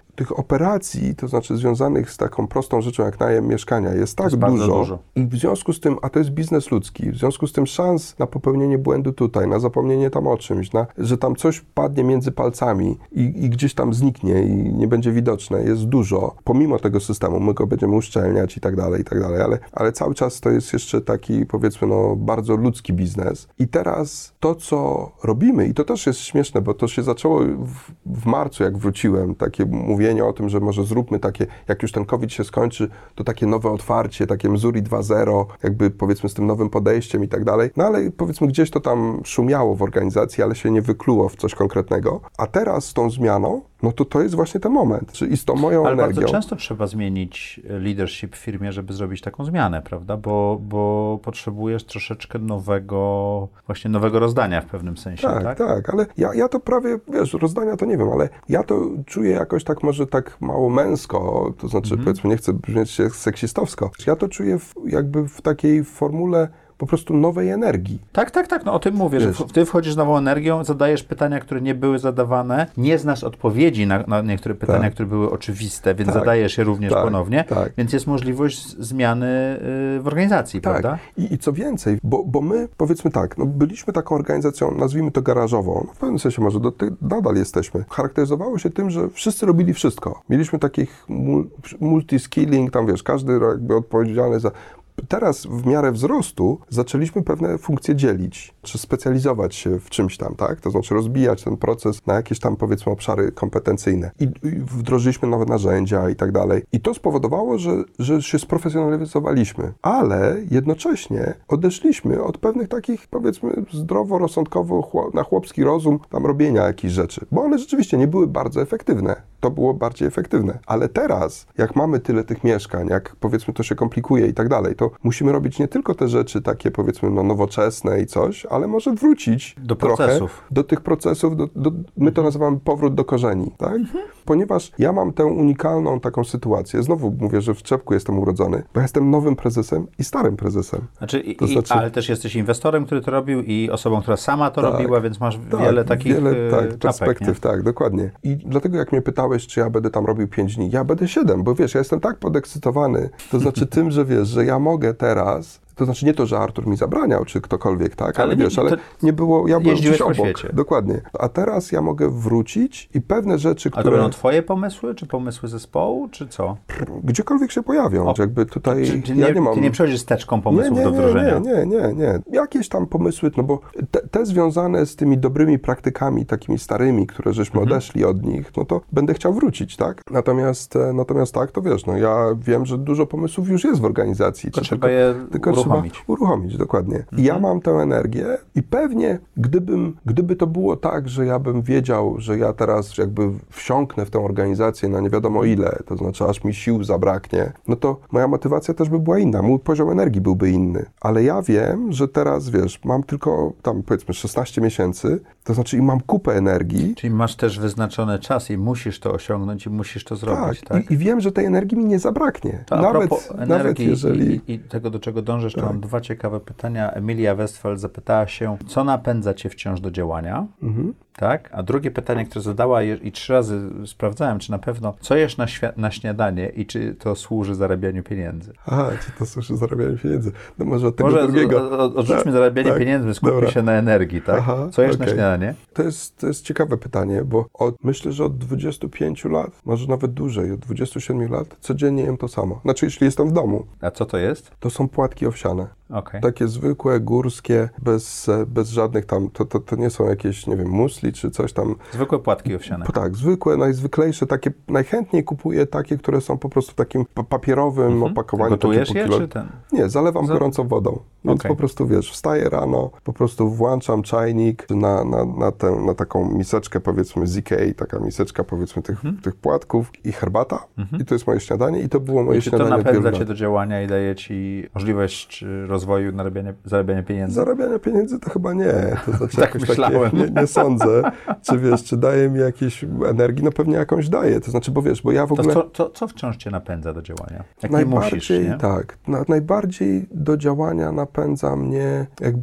tych operacji, to znaczy związanych z taką prostą rzeczą jak najem mieszkania jest tak jest dużo, dużo i w związku z tym, a to jest biznes ludzki, w związku z tym szans na popełnienie błędu tutaj, na zapomnienie tam o czymś, na, że tam coś padnie między palcami i, i gdzieś tam zniknie i nie będzie widoczne, jest dużo, pomimo tego systemu, my go będziemy uszczelniać i tak dalej, i tak dalej, ale, ale cały czas to jest jeszcze taki, powiedzmy, no, bardzo ludzki biznes. I teraz to, co robimy, i to też jest śmieszne, bo to się zaczęło w, w marcu, jak wróciłem, takie mówienie o tym, że może zróbmy takie, jak już ten COVID się skończy, to takie nowe otwarcie, takie Missouri dwa zero, jakby powiedzmy z tym nowym podejściem i tak dalej. No ale powiedzmy gdzieś to tam szumiało w organizacji, ale się nie wykluło w coś konkretnego. A teraz z tą zmianą, no to to jest właśnie ten moment. Czyli z tą moją ale energią. bardzo często trzeba zmienić leadership w firmie, żeby zrobić taką zmianę, prawda? Bo, bo potrzebujesz troszeczkę nowego, właśnie nowego rozdania w pewnym sensie, tak? Tak, tak, ale ja, ja to prawie, wiesz, rozdania to nie wiem, ale ja to czuję jakoś tak może tak mało męsko, to znaczy Mhm. powiedzmy, nie chcę brzmieć się seksistowsko. Ja to czuję w, jakby w takiej formule po prostu nowej energii. Tak, tak, tak, no o tym mówię, Wiesz. że ty wchodzisz z nową energią, zadajesz pytania, które nie były zadawane, nie znasz odpowiedzi na, na niektóre pytania, Tak. które były oczywiste, więc Tak. zadajesz je również Tak, ponownie, tak. więc jest możliwość z- zmiany y, w organizacji, Tak. prawda? I, I co więcej, bo, bo my, powiedzmy tak, no byliśmy taką organizacją, nazwijmy to garażową, no w pewnym sensie może do ty, nadal jesteśmy. Charakteryzowało się tym, że wszyscy robili wszystko. Mieliśmy takich mul, multi-skilling, tam wiesz, każdy jakby odpowiedzialny za... Teraz w miarę wzrostu zaczęliśmy pewne funkcje dzielić, czy specjalizować się w czymś tam, tak? To znaczy rozbijać ten proces na jakieś tam, powiedzmy, obszary kompetencyjne. I, i wdrożyliśmy nowe narzędzia i tak dalej. I to spowodowało, że, że się sprofesjonalizowaliśmy, ale jednocześnie odeszliśmy od pewnych takich, powiedzmy, zdroworozsądkowo, chło- na chłopski rozum tam robienia jakichś rzeczy, bo one rzeczywiście nie były bardzo efektywne. To było bardziej efektywne. Ale teraz, jak mamy tyle tych mieszkań, jak powiedzmy to się komplikuje i tak dalej, to musimy robić nie tylko te rzeczy takie, powiedzmy, no, nowoczesne i coś, ale może wrócić Do trochę procesów. do tych procesów, do, do, my to nazywamy powrót do korzeni, tak? Ponieważ ja mam tę unikalną taką sytuację, znowu mówię, że w czepku jestem urodzony, bo ja jestem nowym prezesem i starym prezesem. Znaczy, i, To znaczy- ale też jesteś inwestorem, który to robił i osobą, która sama to Tak, robiła, więc masz Tak, wiele takich wiele, y, tak, czapek, perspektyw, nie? tak, dokładnie. I dlatego jak mnie pytałeś, czy ja będę tam robił pięć dni, ja będę siedem, bo wiesz, ja jestem tak podekscytowany, to znaczy tym, że wiesz, że ja mogę teraz, to znaczy nie to, że Artur mi zabraniał, czy ktokolwiek, tak, ale, Ale nie- wiesz, ale to nie było, ja byłem jeździłeś gdzieś po obok. świecie. Dokładnie. A teraz ja mogę wrócić i pewne rzeczy, A to które będą twoje pomysły, czy pomysły zespołu, czy co? gdziekolwiek się pojawią, O, że jakby tutaj Czy, czy ja nie, nie mam... ty nie przechodzisz z teczką pomysłów nie, nie, do wdrożenia? Nie, nie, nie, nie. Jakieś tam pomysły, no bo te, te związane z tymi dobrymi praktykami, takimi starymi, które żeśmy Mhm. odeszli od nich, no to będę chciał wrócić, tak? Natomiast, e, natomiast tak, to wiesz, no ja wiem, że dużo pomysłów już jest w organizacji. Tylko trzeba je tylko uruchomić. Trzeba uruchomić, dokładnie. I ja mam tę energię i pewnie, gdybym, gdyby to było tak, że ja bym wiedział, że ja teraz jakby wsiąknę w tę organizację na nie wiadomo ile, to znaczy aż mi sił zabraknie, no to moja motywacja też by była inna, mój poziom energii byłby inny. Ale ja wiem, że teraz, wiesz, mam tylko tam powiedzmy szesnaście miesięcy, to znaczy i mam kupę energii. Czyli masz też wyznaczony czas i musisz to osiągnąć i musisz to zrobić, tak? I, i wiem, że tej energii mi nie zabraknie. To a nawet, propos nawet energii jeżeli... i, i tego, do czego dążysz, to Tak. mam dwa ciekawe pytania. Emilia Westphal zapytała się, co napędza cię wciąż do działania, Mhm. tak? A drugie pytanie, które zadała je- i trzy razy sprawdzałem, czy na pewno, co jesz na, świ- na śniadanie i czy to służy zarabianiu pieniędzy? Aha, czy to służy zarabianiu pieniędzy? No może od tego Może drugiego. od- od- odrzućmy Tak, zarabianie tak, pieniędzy, skupmy dobra. się na energii, tak? Aha, Co jesz na okej. śniadanie? To jest, to jest ciekawe pytanie, bo od, myślę, że od dwudziestu pięciu lat, może nawet dłużej, od dwudziestu siedmiu lat, codziennie jem to samo. Znaczy, jeśli jestem w domu, A co to jest? to są płatki owsiane. Okej. Takie zwykłe, górskie, bez, e, bez żadnych tam, to, to, to nie są jakieś, nie wiem, musli czy coś tam. Zwykłe płatki owsiane. Po, tak, zwykłe, najzwyklejsze, takie, najchętniej kupuję takie, które są po prostu w takim pa- papierowym Mhm. opakowaniu. Gotujesz takie je, po kilo- czy ten? Nie, zalewam Za- gorącą wodą. Więc Okej. po prostu, wiesz, wstaję rano, po prostu włączam czajnik na, na, na, tę, na taką miseczkę, powiedzmy z Ikei, taka miseczka, powiedzmy, tych, Mhm. tych płatków i herbata. I to jest moje śniadanie i to było moje I czy to śniadanie od napędza wielu cię lat. do działania i daje ci możliwość y, rozwoju, narabiania, zarabiania pieniędzy? Zarabiania pieniędzy to chyba nie. To znaczy Tak jakoś myślałem. Takie, nie, nie sądzę. Czy wiesz, czy daje mi jakieś energii? No pewnie jakąś daje. To znaczy, bo wiesz, bo ja w To ogóle... co, co, co wciąż cię napędza do działania? Jak nie musisz, Najbardziej, nie? tak. Na, najbardziej do działania napędza mnie jakby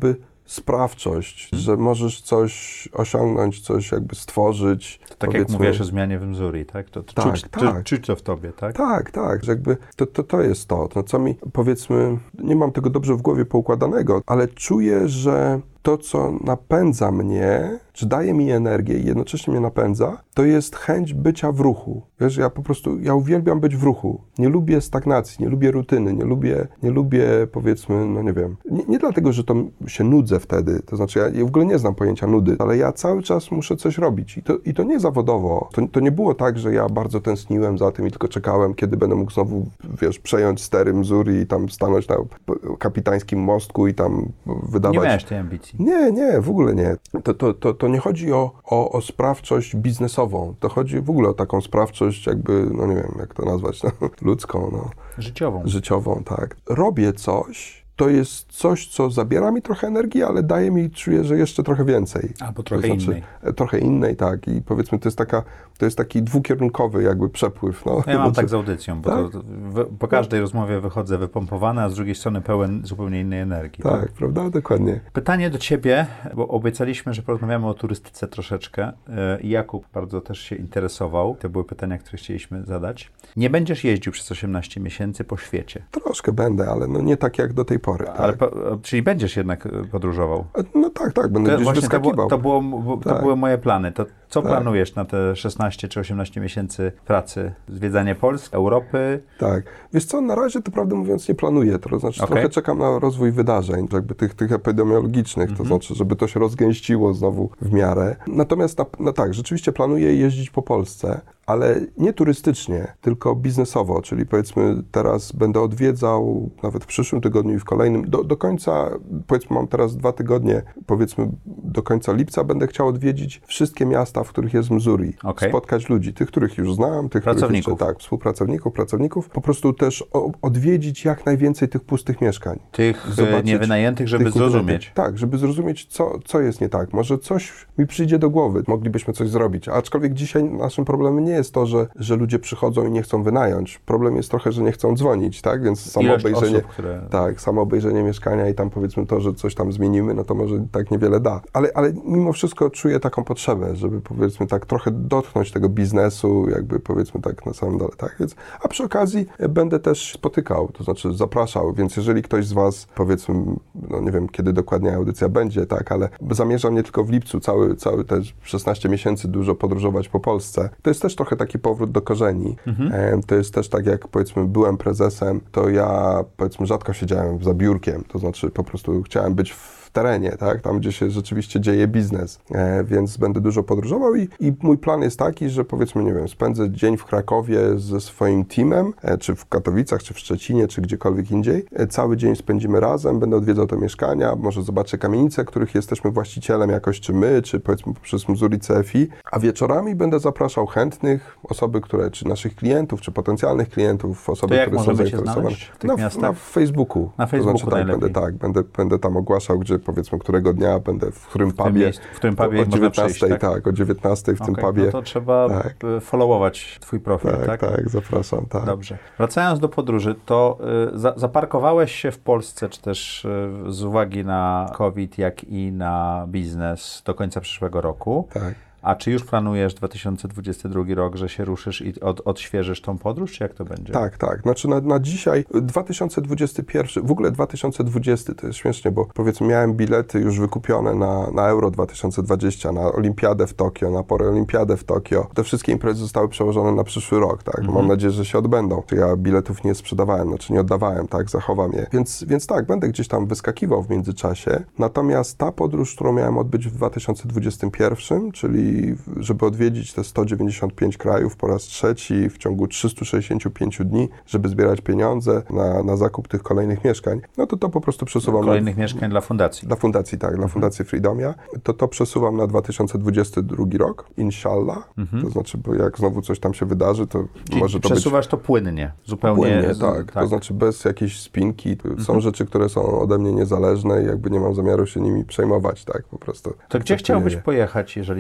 sprawczość, hmm. że możesz coś osiągnąć, coś jakby stworzyć. To tak jak mówiłeś o zmianie w Missouri, tak? To, to tak, czuć, tak. Czuć, czuć to w tobie, tak? Tak, tak, że jakby to, to, to jest to, no co mi, powiedzmy, nie mam tego dobrze w głowie poukładanego, ale czuję, że to, co napędza mnie, czy daje mi energię i jednocześnie mnie napędza, to jest chęć bycia w ruchu. Wiesz, ja po prostu, ja uwielbiam być w ruchu. Nie lubię stagnacji, nie lubię rutyny, nie lubię, nie lubię powiedzmy, no nie wiem, nie, nie dlatego, że to się nudzę wtedy, to znaczy ja, ja w ogóle nie znam pojęcia nudy, ale ja cały czas muszę coś robić i to, i to nie zawodowo. To, to nie było tak, że ja bardzo tęskniłem za tym i tylko czekałem, kiedy będę mógł znowu, wiesz, przejąć stery Missouri i tam stanąć na kapitańskim mostku i tam wydawać... Nie miałeś tej ambicji. Nie, nie, w ogóle nie. To, to, to, to nie chodzi o, o, o sprawczość biznesową. To chodzi w ogóle o taką sprawczość jakby, no nie wiem, jak to nazwać, no, ludzką. No. Życiową. Życiową, tak. Robię coś, to jest coś, co zabiera mi trochę energii, ale daje mi, czuję, że jeszcze trochę więcej. Albo trochę to znaczy, innej. Trochę innej, tak. I powiedzmy, to jest taka, to jest taki dwukierunkowy jakby przepływ. No. Ja mam znaczy, tak z audycją, bo tak? to, w, po każdej rozmowie wychodzę wypompowany, a z drugiej strony pełen zupełnie innej energii. Tak, tak? prawda? Dokładnie. Pytanie do ciebie, bo obiecaliśmy, że porozmawiamy o turystyce troszeczkę i Jakub bardzo też się interesował. To były pytania, które chcieliśmy zadać. Nie będziesz jeździł przez osiemnaście miesięcy po świecie. Troszkę będę, ale no nie tak jak do tej pory. Tak. Ale po, czyli będziesz jednak podróżował? No tak, tak, będę to, gdzieś właśnie wyskakiwał. To, było, to, było, to tak. były moje plany. To co tak. planujesz na te szesnaście czy osiemnaście miesięcy pracy? Zwiedzanie Polski, Europy? Tak. Wiesz co, na razie to prawdę mówiąc nie planuję. To znaczy okay. trochę czekam na rozwój wydarzeń, jakby tych, tych epidemiologicznych, mm-hmm. to znaczy, żeby to się rozgęściło znowu w miarę. Natomiast, na, no tak, rzeczywiście planuję jeździć po Polsce, ale nie turystycznie, tylko biznesowo, czyli powiedzmy teraz będę odwiedzał, nawet w przyszłym tygodniu i w kolejnym, do, do końca, powiedzmy mam teraz dwa tygodnie, powiedzmy do końca lipca będę chciał odwiedzić wszystkie miasta, w których jest Missouri, okay. spotkać ludzi, tych, których już znam, tych, pracowników. których jeszcze, tak, współpracowników, pracowników, po prostu też o, odwiedzić jak najwięcej tych pustych mieszkań. Tych niewynajętych, żeby tych zrozumieć. Tak, żeby zrozumieć, co, co jest nie tak. Może coś mi przyjdzie do głowy, moglibyśmy coś zrobić, aczkolwiek dzisiaj naszym problemem nie jest to, że, że ludzie przychodzą i nie chcą wynająć. Problem jest trochę, że nie chcą dzwonić, tak? Więc samo Ilość obejrzenie, osób, które... tak, samo obejrzenie mieszkania i tam powiedzmy to, że coś tam zmienimy, no to może tak niewiele da. Ale, ale mimo wszystko czuję taką potrzebę, żeby powiedzmy tak trochę dotknąć tego biznesu, jakby powiedzmy tak na samym dole, tak? Więc, a przy okazji będę też spotykał, to znaczy zapraszał, więc jeżeli ktoś z was, powiedzmy, no nie wiem, kiedy dokładnie audycja będzie, tak, ale zamierzam nie tylko w lipcu, cały, cały te szesnaście miesięcy dużo podróżować po Polsce. To jest też trochę taki powrót do korzeni. Mhm. To jest też tak, jak powiedzmy byłem prezesem, to ja powiedzmy rzadko siedziałem za biurkiem, to znaczy po prostu chciałem być w terenie, tak, tam gdzie się rzeczywiście dzieje biznes, e, więc będę dużo podróżował i, i mój plan jest taki, że powiedzmy, nie wiem, spędzę dzień w Krakowie ze swoim teamem, e, czy w Katowicach, czy w Szczecinie, czy gdziekolwiek indziej. E, cały dzień spędzimy razem, będę odwiedzał te mieszkania, może zobaczę kamienice, których jesteśmy właścicielem jakoś, czy my, czy powiedzmy poprzez Missouri C F I, a wieczorami będę zapraszał chętnych, osoby, które, czy naszych klientów, czy potencjalnych klientów, osoby, które są zainteresowane. W tych na, miastach? na Facebooku. Na Facebooku to znaczy, tak, będę, tak, będę, będę tam ogłaszał, gdzie powiedzmy, którego dnia będę, w którym w tym pubie, miejscu, w którym pubie o dziewiętnastej, przyjść, tak? tak, o dziewiętnastej w okay, tym pubie. No to trzeba tak. followować twój profil, tak? Tak, tak, zapraszam, tak. Dobrze. Wracając do podróży, to y, za, zaparkowałeś się w Polsce, czy też y, z uwagi na COVID, jak i na biznes do końca przyszłego roku. Tak. A czy już planujesz dwa tysiące dwudziesty drugi rok, że się ruszysz i od, odświeżysz tą podróż, czy jak to będzie? Tak, tak. Znaczy na, na dzisiaj dwa tysiące dwudziesty pierwszy, w ogóle dwa tysiące dwudziesty to jest śmiesznie, bo powiedzmy miałem bilety już wykupione na, na Euro dwa tysiące dwadzieścia, na Olimpiadę w Tokio, na Paraolimpiadę w Tokio. Te wszystkie imprezy zostały przełożone na przyszły rok, tak? Mhm. Mam nadzieję, że się odbędą. Ja biletów nie sprzedawałem, znaczy nie oddawałem, tak? Zachowam je. Więc, więc tak, będę gdzieś tam wyskakiwał w międzyczasie. Natomiast ta podróż, którą miałem odbyć w dwa tysiące dwudziestym pierwszym, czyli żeby odwiedzić te sto dziewięćdziesiąt pięć krajów po raz trzeci w ciągu trzystu sześćdziesięciu pięciu dni, żeby zbierać pieniądze na, na zakup tych kolejnych mieszkań, no to to po prostu przesuwam... Kolejnych na, mieszkań dla fundacji. Dla fundacji, tak, dla Fundacji Freedomia. To to przesuwam na dwa tysiące dwudziesty drugi rok, inshallah. Mhm. To znaczy, bo jak znowu coś tam się wydarzy, to Czyli może to przesuwasz być... to płynnie, zupełnie. Płynnie, tak. tak. To znaczy bez jakiejś spinki. Są mhm. rzeczy, które są ode mnie niezależne i jakby nie mam zamiaru się nimi przejmować, tak, po prostu. To gdzie chciałbyś pojechać, jeżeli będziesz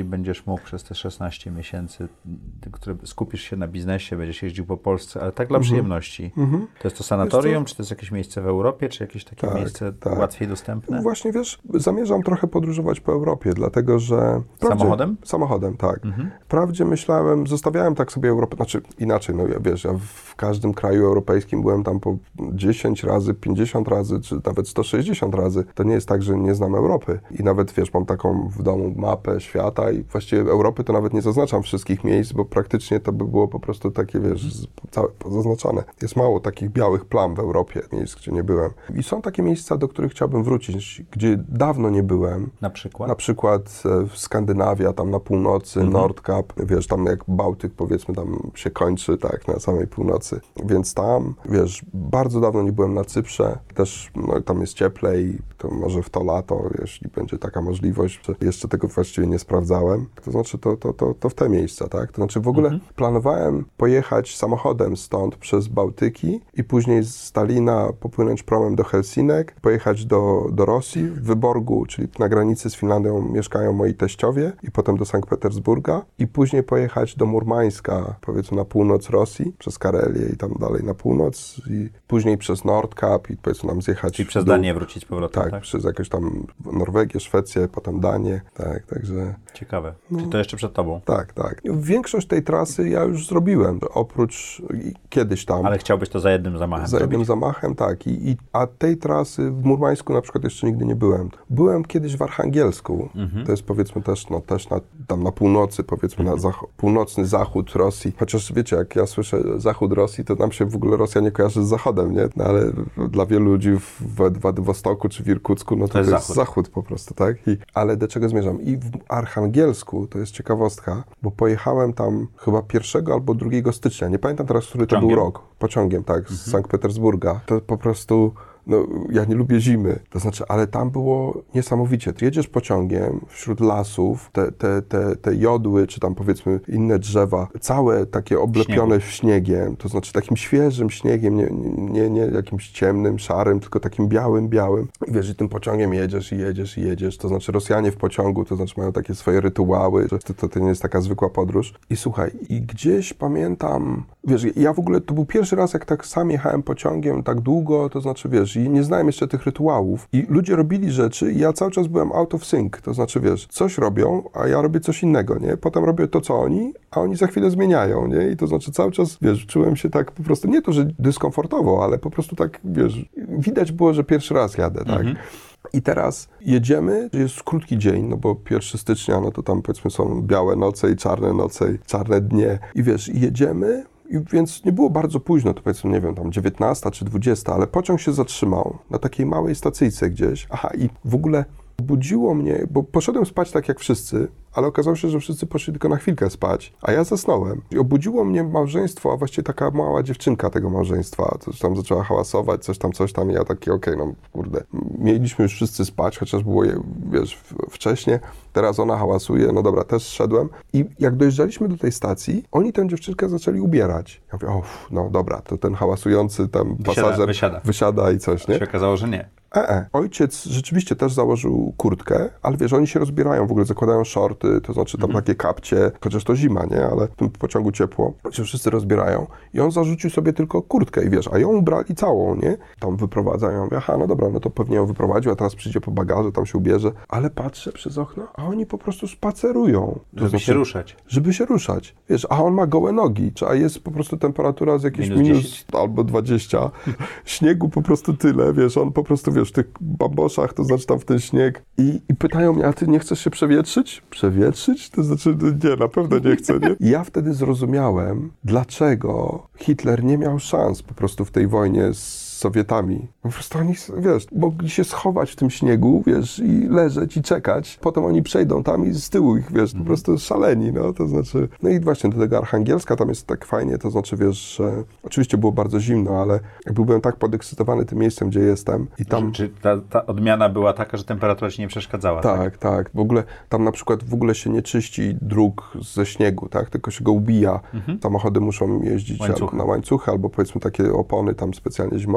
będziesz mógł przez te szesnaście miesięcy, które skupisz się na biznesie, będziesz jeździł po Polsce, ale tak dla Mhm. przyjemności. Mhm. To jest to sanatorium, Wiesz co? czy to jest jakieś miejsce w Europie, czy jakieś takie Tak, miejsce tak. łatwiej dostępne? Właśnie, wiesz, zamierzam trochę podróżować po Europie, dlatego że... Wprawdzie, Samochodem? Samochodem, tak. Mhm. Wprawdzie myślałem, zostawiałem tak sobie Europę, znaczy inaczej, no ja wiesz, ja w każdym kraju europejskim byłem tam po dziesięć razy, pięćdziesiąt razy, czy nawet sto sześćdziesiąt razy. To nie jest tak, że nie znam Europy. I nawet, wiesz, mam taką w domu mapę świata i właściwie Europy to nawet nie zaznaczam wszystkich miejsc, bo praktycznie to by było po prostu takie, wiesz, z- całe pozaznaczone. Jest mało takich białych plam w Europie, miejsc, gdzie nie byłem. I są takie miejsca, do których chciałbym wrócić, gdzie dawno nie byłem. Na przykład? Na przykład e, Skandynawia, tam na północy, Mhm. Nordkap, wiesz, tam jak Bałtyk, powiedzmy, tam się kończy, tak, na samej północy. Więc tam, wiesz, bardzo dawno nie byłem na Cyprze, też no, tam jest cieplej, to może w to lato, jeśli będzie taka możliwość, że jeszcze tego właściwie nie sprawdzałem. To znaczy, to, to, to, to w te miejsca, tak? To znaczy, w ogóle Mhm. planowałem pojechać samochodem stąd przez Bałtyki i później z Stalina popłynąć promem do Helsinek, pojechać do, do Rosji, w Wyborgu, czyli na granicy z Finlandią mieszkają moi teściowie i potem do Sankt Petersburga i później pojechać do Murmańska, powiedzmy na północ Rosji, przez Karelię i tam dalej na północ i później przez Nordkap i powiedzmy nam zjechać Czyli w przez dół. Danię wrócić z powrotem, Tak, tak? przez jakąś tam Norwegię, Szwecję, potem Danię, tak, także... Ciekawe. Czy to jeszcze przed tobą? Tak, tak. Większość tej trasy ja już zrobiłem, oprócz i kiedyś tam. Ale chciałbyś to za jednym zamachem Za jednym zrobić? zamachem, tak. I, i, a tej trasy w Murmańsku na przykład jeszcze nigdy nie byłem. Byłem kiedyś w Archangelsku. Mhm. To jest powiedzmy też, no, też na, tam na północy, powiedzmy Mhm. na zach- północny zachód Rosji. Chociaż wiecie, jak ja słyszę zachód Rosji, to nam się w ogóle Rosja nie kojarzy z zachodem, nie? No, ale dla wielu ludzi w Władywostoku czy w Irkucku, no to, to jest, zachód. zachód po prostu, tak? I, ale do czego zmierzam? I w Archangelsku, to jest ciekawostka, bo pojechałem tam chyba pierwszego albo drugiego stycznia. Nie pamiętam teraz, który to był Pociągiem? rok. Pociągiem, tak, z Sankt Petersburga. To po prostu, no ja nie lubię zimy, to znaczy, ale tam było niesamowicie. Ty jedziesz pociągiem wśród lasów, te, te, te, te jodły, czy tam powiedzmy inne drzewa, całe takie oblepione śniegiem, to znaczy takim świeżym śniegiem, nie, nie, nie jakimś ciemnym, szarym, tylko takim białym, białym. I wiesz, i tym pociągiem jedziesz i jedziesz i jedziesz, to znaczy Rosjanie w pociągu, to znaczy mają takie swoje rytuały, że to, to, to nie jest taka zwykła podróż. I słuchaj, i gdzieś pamiętam, wiesz, ja w ogóle, to był pierwszy raz, jak tak sam jechałem pociągiem tak długo, to znaczy, wiesz, i nie znałem jeszcze tych rytuałów. I ludzie robili rzeczy i ja cały czas byłem out of sync, to znaczy, wiesz, coś robią, a ja robię coś innego, nie? Potem robię to, co oni, a oni za chwilę zmieniają, nie? I to znaczy cały czas, wiesz, czułem się tak po prostu, nie to, że dyskomfortowo, ale po prostu tak, wiesz, widać było, że pierwszy raz jadę, tak? Mhm. I teraz jedziemy, jest krótki dzień, no bo pierwszego stycznia, no to tam powiedzmy są białe noce i czarne noce i czarne dnie. I wiesz, jedziemy, i więc nie było bardzo późno, to powiedzmy, nie wiem, tam dziewiętnasta czy dwudziesta, ale pociąg się zatrzymał na takiej małej stacyjce gdzieś. Aha, i w ogóle budziło mnie, bo poszedłem spać tak jak wszyscy, ale okazało się, że wszyscy poszli tylko na chwilkę spać, a ja zasnąłem. I obudziło mnie małżeństwo, a właściwie taka mała dziewczynka tego małżeństwa, coś tam zaczęła hałasować, coś tam, coś tam i ja taki, okej, okay, no kurde, mieliśmy już wszyscy spać, chociaż było je, wiesz, wcześnie, teraz ona hałasuje, no dobra, też szedłem i jak dojeżdżaliśmy do tej stacji, oni tę dziewczynkę zaczęli ubierać. Ja mówię, o, no dobra, to ten hałasujący tam Wysiada, pasażer wysiada. wysiada i coś, nie? Się okazało, że nie. E, e. Ojciec rzeczywiście też założył kurtkę, ale wiesz, oni się rozbierają, w ogóle zakładają shorty, to znaczy tam Mhm. takie kapcie, chociaż to zima, nie? Ale w tym pociągu ciepło, się wszyscy rozbierają i on zarzucił sobie tylko kurtkę i wiesz, a ją ubrali całą, nie? Tam wyprowadzają, mówię, aha, no dobra, no to pewnie ją wyprowadził, a teraz przyjdzie po bagaże, tam się ubierze, ale patrzę przez okno, a oni po prostu spacerują. To Żeby znaczy, się ruszać. Żeby się ruszać. Wiesz, a on ma gołe nogi, czy a jest po prostu temperatura z jakieś Minus minus, dziesięć. albo dwadzieścia. Śniegu po prostu tyle, wiesz, on po prostu, wiesz, w tych bamboszach, to znaczy tam w ten śnieg. I, i pytają mnie, a ty nie chcesz się przewietrzyć? Przewietrzyć? To znaczy, no nie, na pewno nie chcę, nie? I ja wtedy zrozumiałem, dlaczego Hitler nie miał szans po prostu w tej wojnie z Sowietami. Po prostu oni, wiesz, mogli się schować w tym śniegu, wiesz, i leżeć i czekać. Potem oni przejdą tam i z tyłu ich, wiesz, po prostu szaleni, no, to znaczy... No i właśnie do tego Archangielska tam jest tak fajnie, to znaczy, wiesz, że oczywiście było bardzo zimno, ale jakby byłem tak podekscytowany tym miejscem, gdzie jestem i tam... Czy ta, ta odmiana była taka, że temperatura ci nie przeszkadzała? Tak. Tak, tak. W ogóle tam na przykład w ogóle się nie czyści dróg ze śniegu, tak? Tylko się go ubija. Mhm. Samochody muszą jeździć Łańcuchy. albo na łańcuchy, albo powiedzmy takie opony tam specjalnie zimowe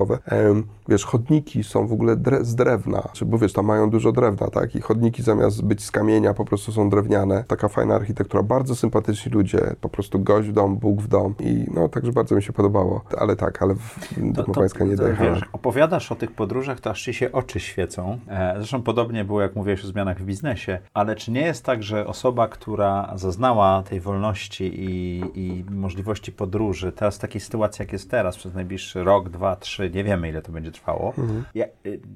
samochodowe. Em, wiesz, chodniki są w ogóle dre- z drewna, czy, bo wiesz, tam mają dużo drewna, tak? I chodniki zamiast być z kamienia po prostu są drewniane. Taka fajna architektura, bardzo sympatyczni ludzie, po prostu gość w dom, Bóg w dom i no, także bardzo mi się podobało. Ale tak, ale do Popańska nie dojechałem. Wiesz, opowiadasz o tych podróżach, to aż ci się oczy świecą. E, zresztą podobnie było, jak mówiłeś o zmianach w biznesie, ale czy nie jest tak, że osoba, która zaznała tej wolności i, i możliwości podróży, teraz w takiej sytuacji, jak jest teraz, przez najbliższy rok, dwa, trzy, nie wiemy, ile to będzie trwało, Mhm. jak,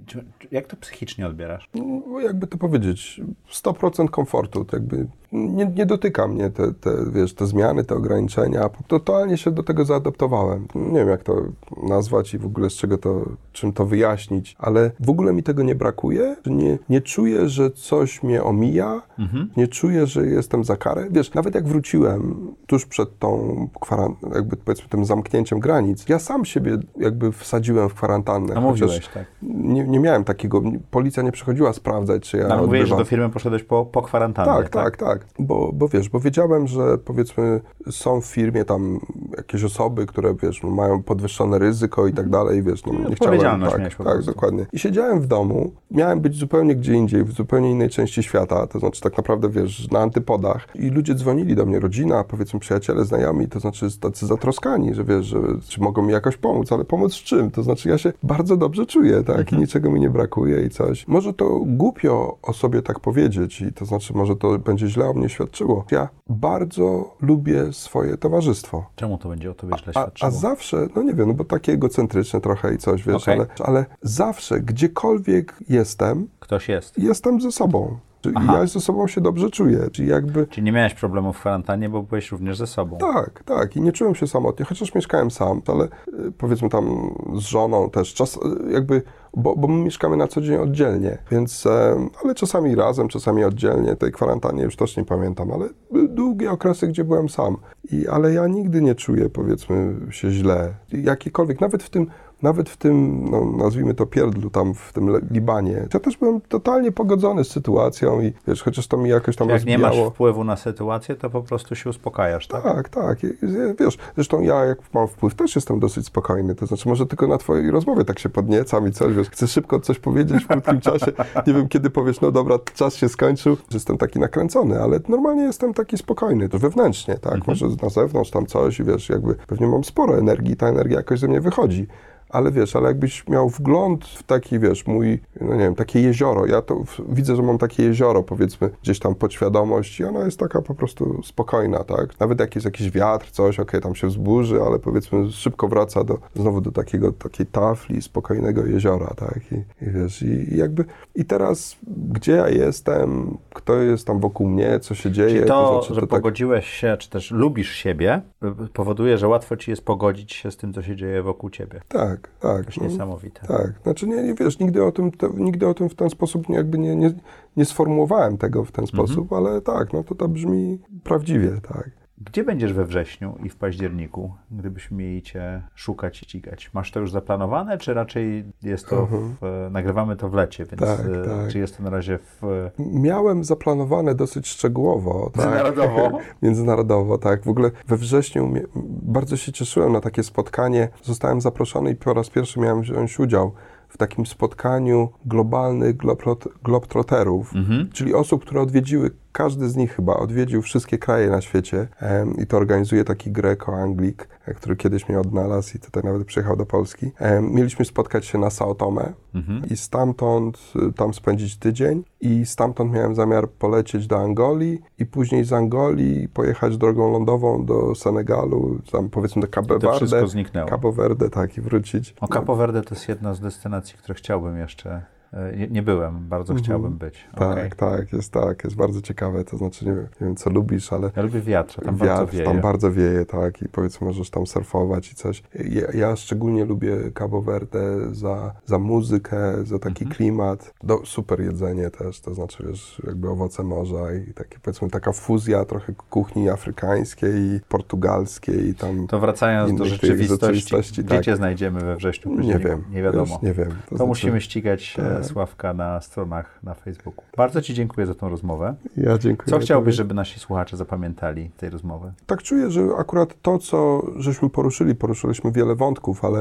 jak to psychicznie odbierasz? No, jakby to powiedzieć, sto procent komfortu, to jakby nie, nie dotyka mnie te, te, wiesz, te zmiany, te ograniczenia, totalnie się do tego zaadaptowałem. Nie wiem, jak to nazwać i w ogóle z czego to, czym to wyjaśnić, ale w ogóle mi tego nie brakuje, nie, nie czuję, że coś mnie omija, mhm. nie czuję, że jestem za karę. Wiesz, nawet jak wróciłem tuż przed tą kwaran- jakby powiedzmy tym zamknięciem granic, ja sam siebie jakby wsadziłem w kwarantannę. A mówiłeś, tak. Nie, nie miałem takiego, policja nie przychodziła sprawdzać, czy ja Ale mówiłeś, że odbywam. do firmy poszedłeś po, po kwarantannie, tak, tak, tak, tak. Bo, bo wiesz, bo wiedziałem, że powiedzmy są w firmie tam jakieś osoby, które wiesz, mają podwyższone ryzyko i tak dalej, wiesz, no, nie chciałem. Tak, tak, dokładnie. I siedziałem w domu, miałem być zupełnie gdzie indziej, w zupełnie innej części świata, to znaczy tak naprawdę, wiesz, na antypodach i ludzie dzwonili do mnie, rodzina, powiedzmy przyjaciele, znajomi, to znaczy tacy zatroskani, że wiesz, że czy mogą mi jakoś pomóc, ale pomóc w czym? To znaczy ja się bardzo dobrze czuję, tak, mhm. i niczego mi nie brakuje i coś. Może to głupio o sobie tak powiedzieć i to znaczy może to będzie źle o mnie świadczyło. Ja bardzo lubię swoje towarzystwo. Czemu to będzie o tobie źle a, świadczyło? A zawsze, no nie wiem, no bo takie egocentryczne trochę i coś, wiesz, okay. ale, ale zawsze, gdziekolwiek jestem, ktoś jest. Jestem ze sobą. Czyli ja ze sobą się dobrze czuję. Czyli jakby... Czyli nie miałeś problemu w kwarantannie, bo byłeś również ze sobą. Tak, tak. I nie czułem się samotnie, chociaż mieszkałem sam, ale y, powiedzmy tam z żoną też, czas, y, jakby, bo, bo my mieszkamy na co dzień oddzielnie, więc, y, ale czasami razem, czasami oddzielnie. Tej kwarantannie już też nie pamiętam, ale długie okresy, gdzie byłem sam. I, ale ja nigdy nie czuję, powiedzmy, się źle. Jakiekolwiek, nawet w tym Nawet w tym, no, nazwijmy to pierdlu tam w tym Libanie. Ja też byłem totalnie pogodzony z sytuacją i wiesz, chociaż to mi jakoś tam jak rozbijało. Jak nie masz wpływu na sytuację, to po prostu się uspokajasz, tak? Tak, tak. I, wiesz, zresztą ja jak mam wpływ, też jestem dosyć spokojny. To znaczy może tylko na twojej rozmowie tak się podniecam i coś, wiesz, chcę szybko coś powiedzieć w krótkim czasie. Nie wiem, kiedy powiesz, no dobra, czas się skończył. Jestem taki nakręcony, ale normalnie jestem taki spokojny, to wewnętrznie, tak? Mhm. Może na zewnątrz tam coś i wiesz, jakby pewnie mam sporo energii, ta energia jakoś ze mnie wychodzi. Ale wiesz, ale jakbyś miał wgląd w taki, wiesz, mój, no nie wiem, takie jezioro. Ja to w, widzę, że mam takie jezioro, powiedzmy, gdzieś tam podświadomość i ona jest taka po prostu spokojna, tak? Nawet jak jest jakiś wiatr, coś, okej, okay, tam się wzburzy, ale powiedzmy szybko wraca do, znowu do takiego, takiej tafli, spokojnego jeziora, tak? I, i wiesz, i, i jakby, i teraz gdzie ja jestem, kto jest tam wokół mnie, co się dzieje. Czyli to, to znaczy, że to pogodziłeś tak... się, czy też lubisz siebie, powoduje, że łatwo ci jest pogodzić się z tym, co się dzieje wokół ciebie. Tak. Tak, no, niesamowite. Tak, znaczy nie, nie wiesz, nigdy o tym, te, nigdy o tym w ten sposób jakby nie, nie, nie sformułowałem tego w ten sposób, mhm. ale tak, no to to brzmi prawdziwie, tak. Gdzie będziesz we wrześniu i w październiku, gdybyśmy mieli cię szukać i ścigać? Masz to już zaplanowane, czy raczej jest to, mhm. w, nagrywamy to w lecie, więc tak, tak. czy jest to na razie w... Miałem zaplanowane dosyć szczegółowo. Międzynarodowo? Tak. Międzynarodowo, tak. W ogóle we wrześniu bardzo się cieszyłem na takie spotkanie. Zostałem zaproszony i po raz pierwszy miałem wziąć udział w takim spotkaniu globalnych glob- globtroterów, mhm. czyli osób, które odwiedziły, każdy z nich chyba odwiedził wszystkie kraje na świecie um, i to organizuje taki Greko-Anglik, który kiedyś mnie odnalazł i tutaj nawet przyjechał do Polski. Um, mieliśmy spotkać się na São Tomé mhm. i stamtąd tam spędzić tydzień i stamtąd miałem zamiar polecieć do Angolii i później z Angolii pojechać drogą lądową do Senegalu, tam powiedzmy do Cabo Verde. To wszystko zniknęło. Cabo Verde, tak, i wrócić. O, Cabo Verde to jest jedna z destynacji, które chciałbym jeszcze... Nie, nie byłem, bardzo mhm. chciałbym być. Tak, okay. tak, jest tak, jest bardzo ciekawe, to znaczy nie wiem, nie wiem co lubisz, ale... Ja lubię wiatr, tam wiatr, bardzo wieje. tam bardzo wieje, tak, i powiedzmy możesz tam surfować i coś. Ja, ja szczególnie lubię Cabo Verde za, za muzykę, za taki mhm. klimat, do, super jedzenie też, to znaczy wiesz, jakby owoce morza i takie powiedzmy taka fuzja trochę kuchni afrykańskiej i portugalskiej i tam... To wracając do rzeczywistości, rzeczywistości gdzie tak. cię znajdziemy we wrześniu? Nie wiem, nie wiadomo. Wiesz, nie wiem. To, to znaczy, musimy ścigać tak. Sławka na stronach na Facebooku. Bardzo ci dziękuję za tą rozmowę. Ja dziękuję. Co chciałbyś, żeby nasi słuchacze zapamiętali tej rozmowy? Tak czuję, że akurat to, co żeśmy poruszyli, poruszyliśmy wiele wątków, ale,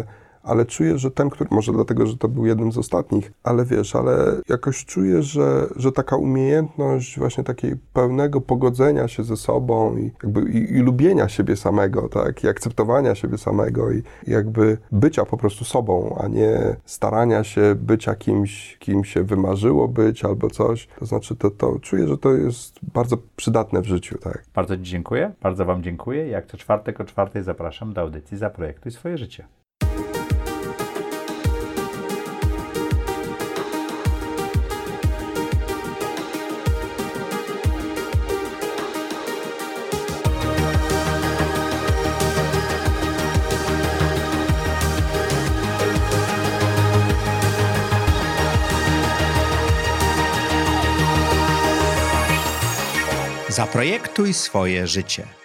ale czuję, że ten, który, może dlatego, że to był jednym z ostatnich, ale wiesz, ale jakoś czuję, że, że taka umiejętność właśnie takiej pełnego pogodzenia się ze sobą i jakby i, i lubienia siebie samego, tak, i akceptowania siebie samego i, i jakby bycia po prostu sobą, a nie starania się bycia kimś, kim się wymarzyło być albo coś. To znaczy, to, to czuję, że to jest bardzo przydatne w życiu, tak. Bardzo Ci dziękuję, bardzo Wam dziękuję. Jak co czwartek o czwartej zapraszam do audycji Zaprojektuj swoje życie. Zaprojektuj swoje życie.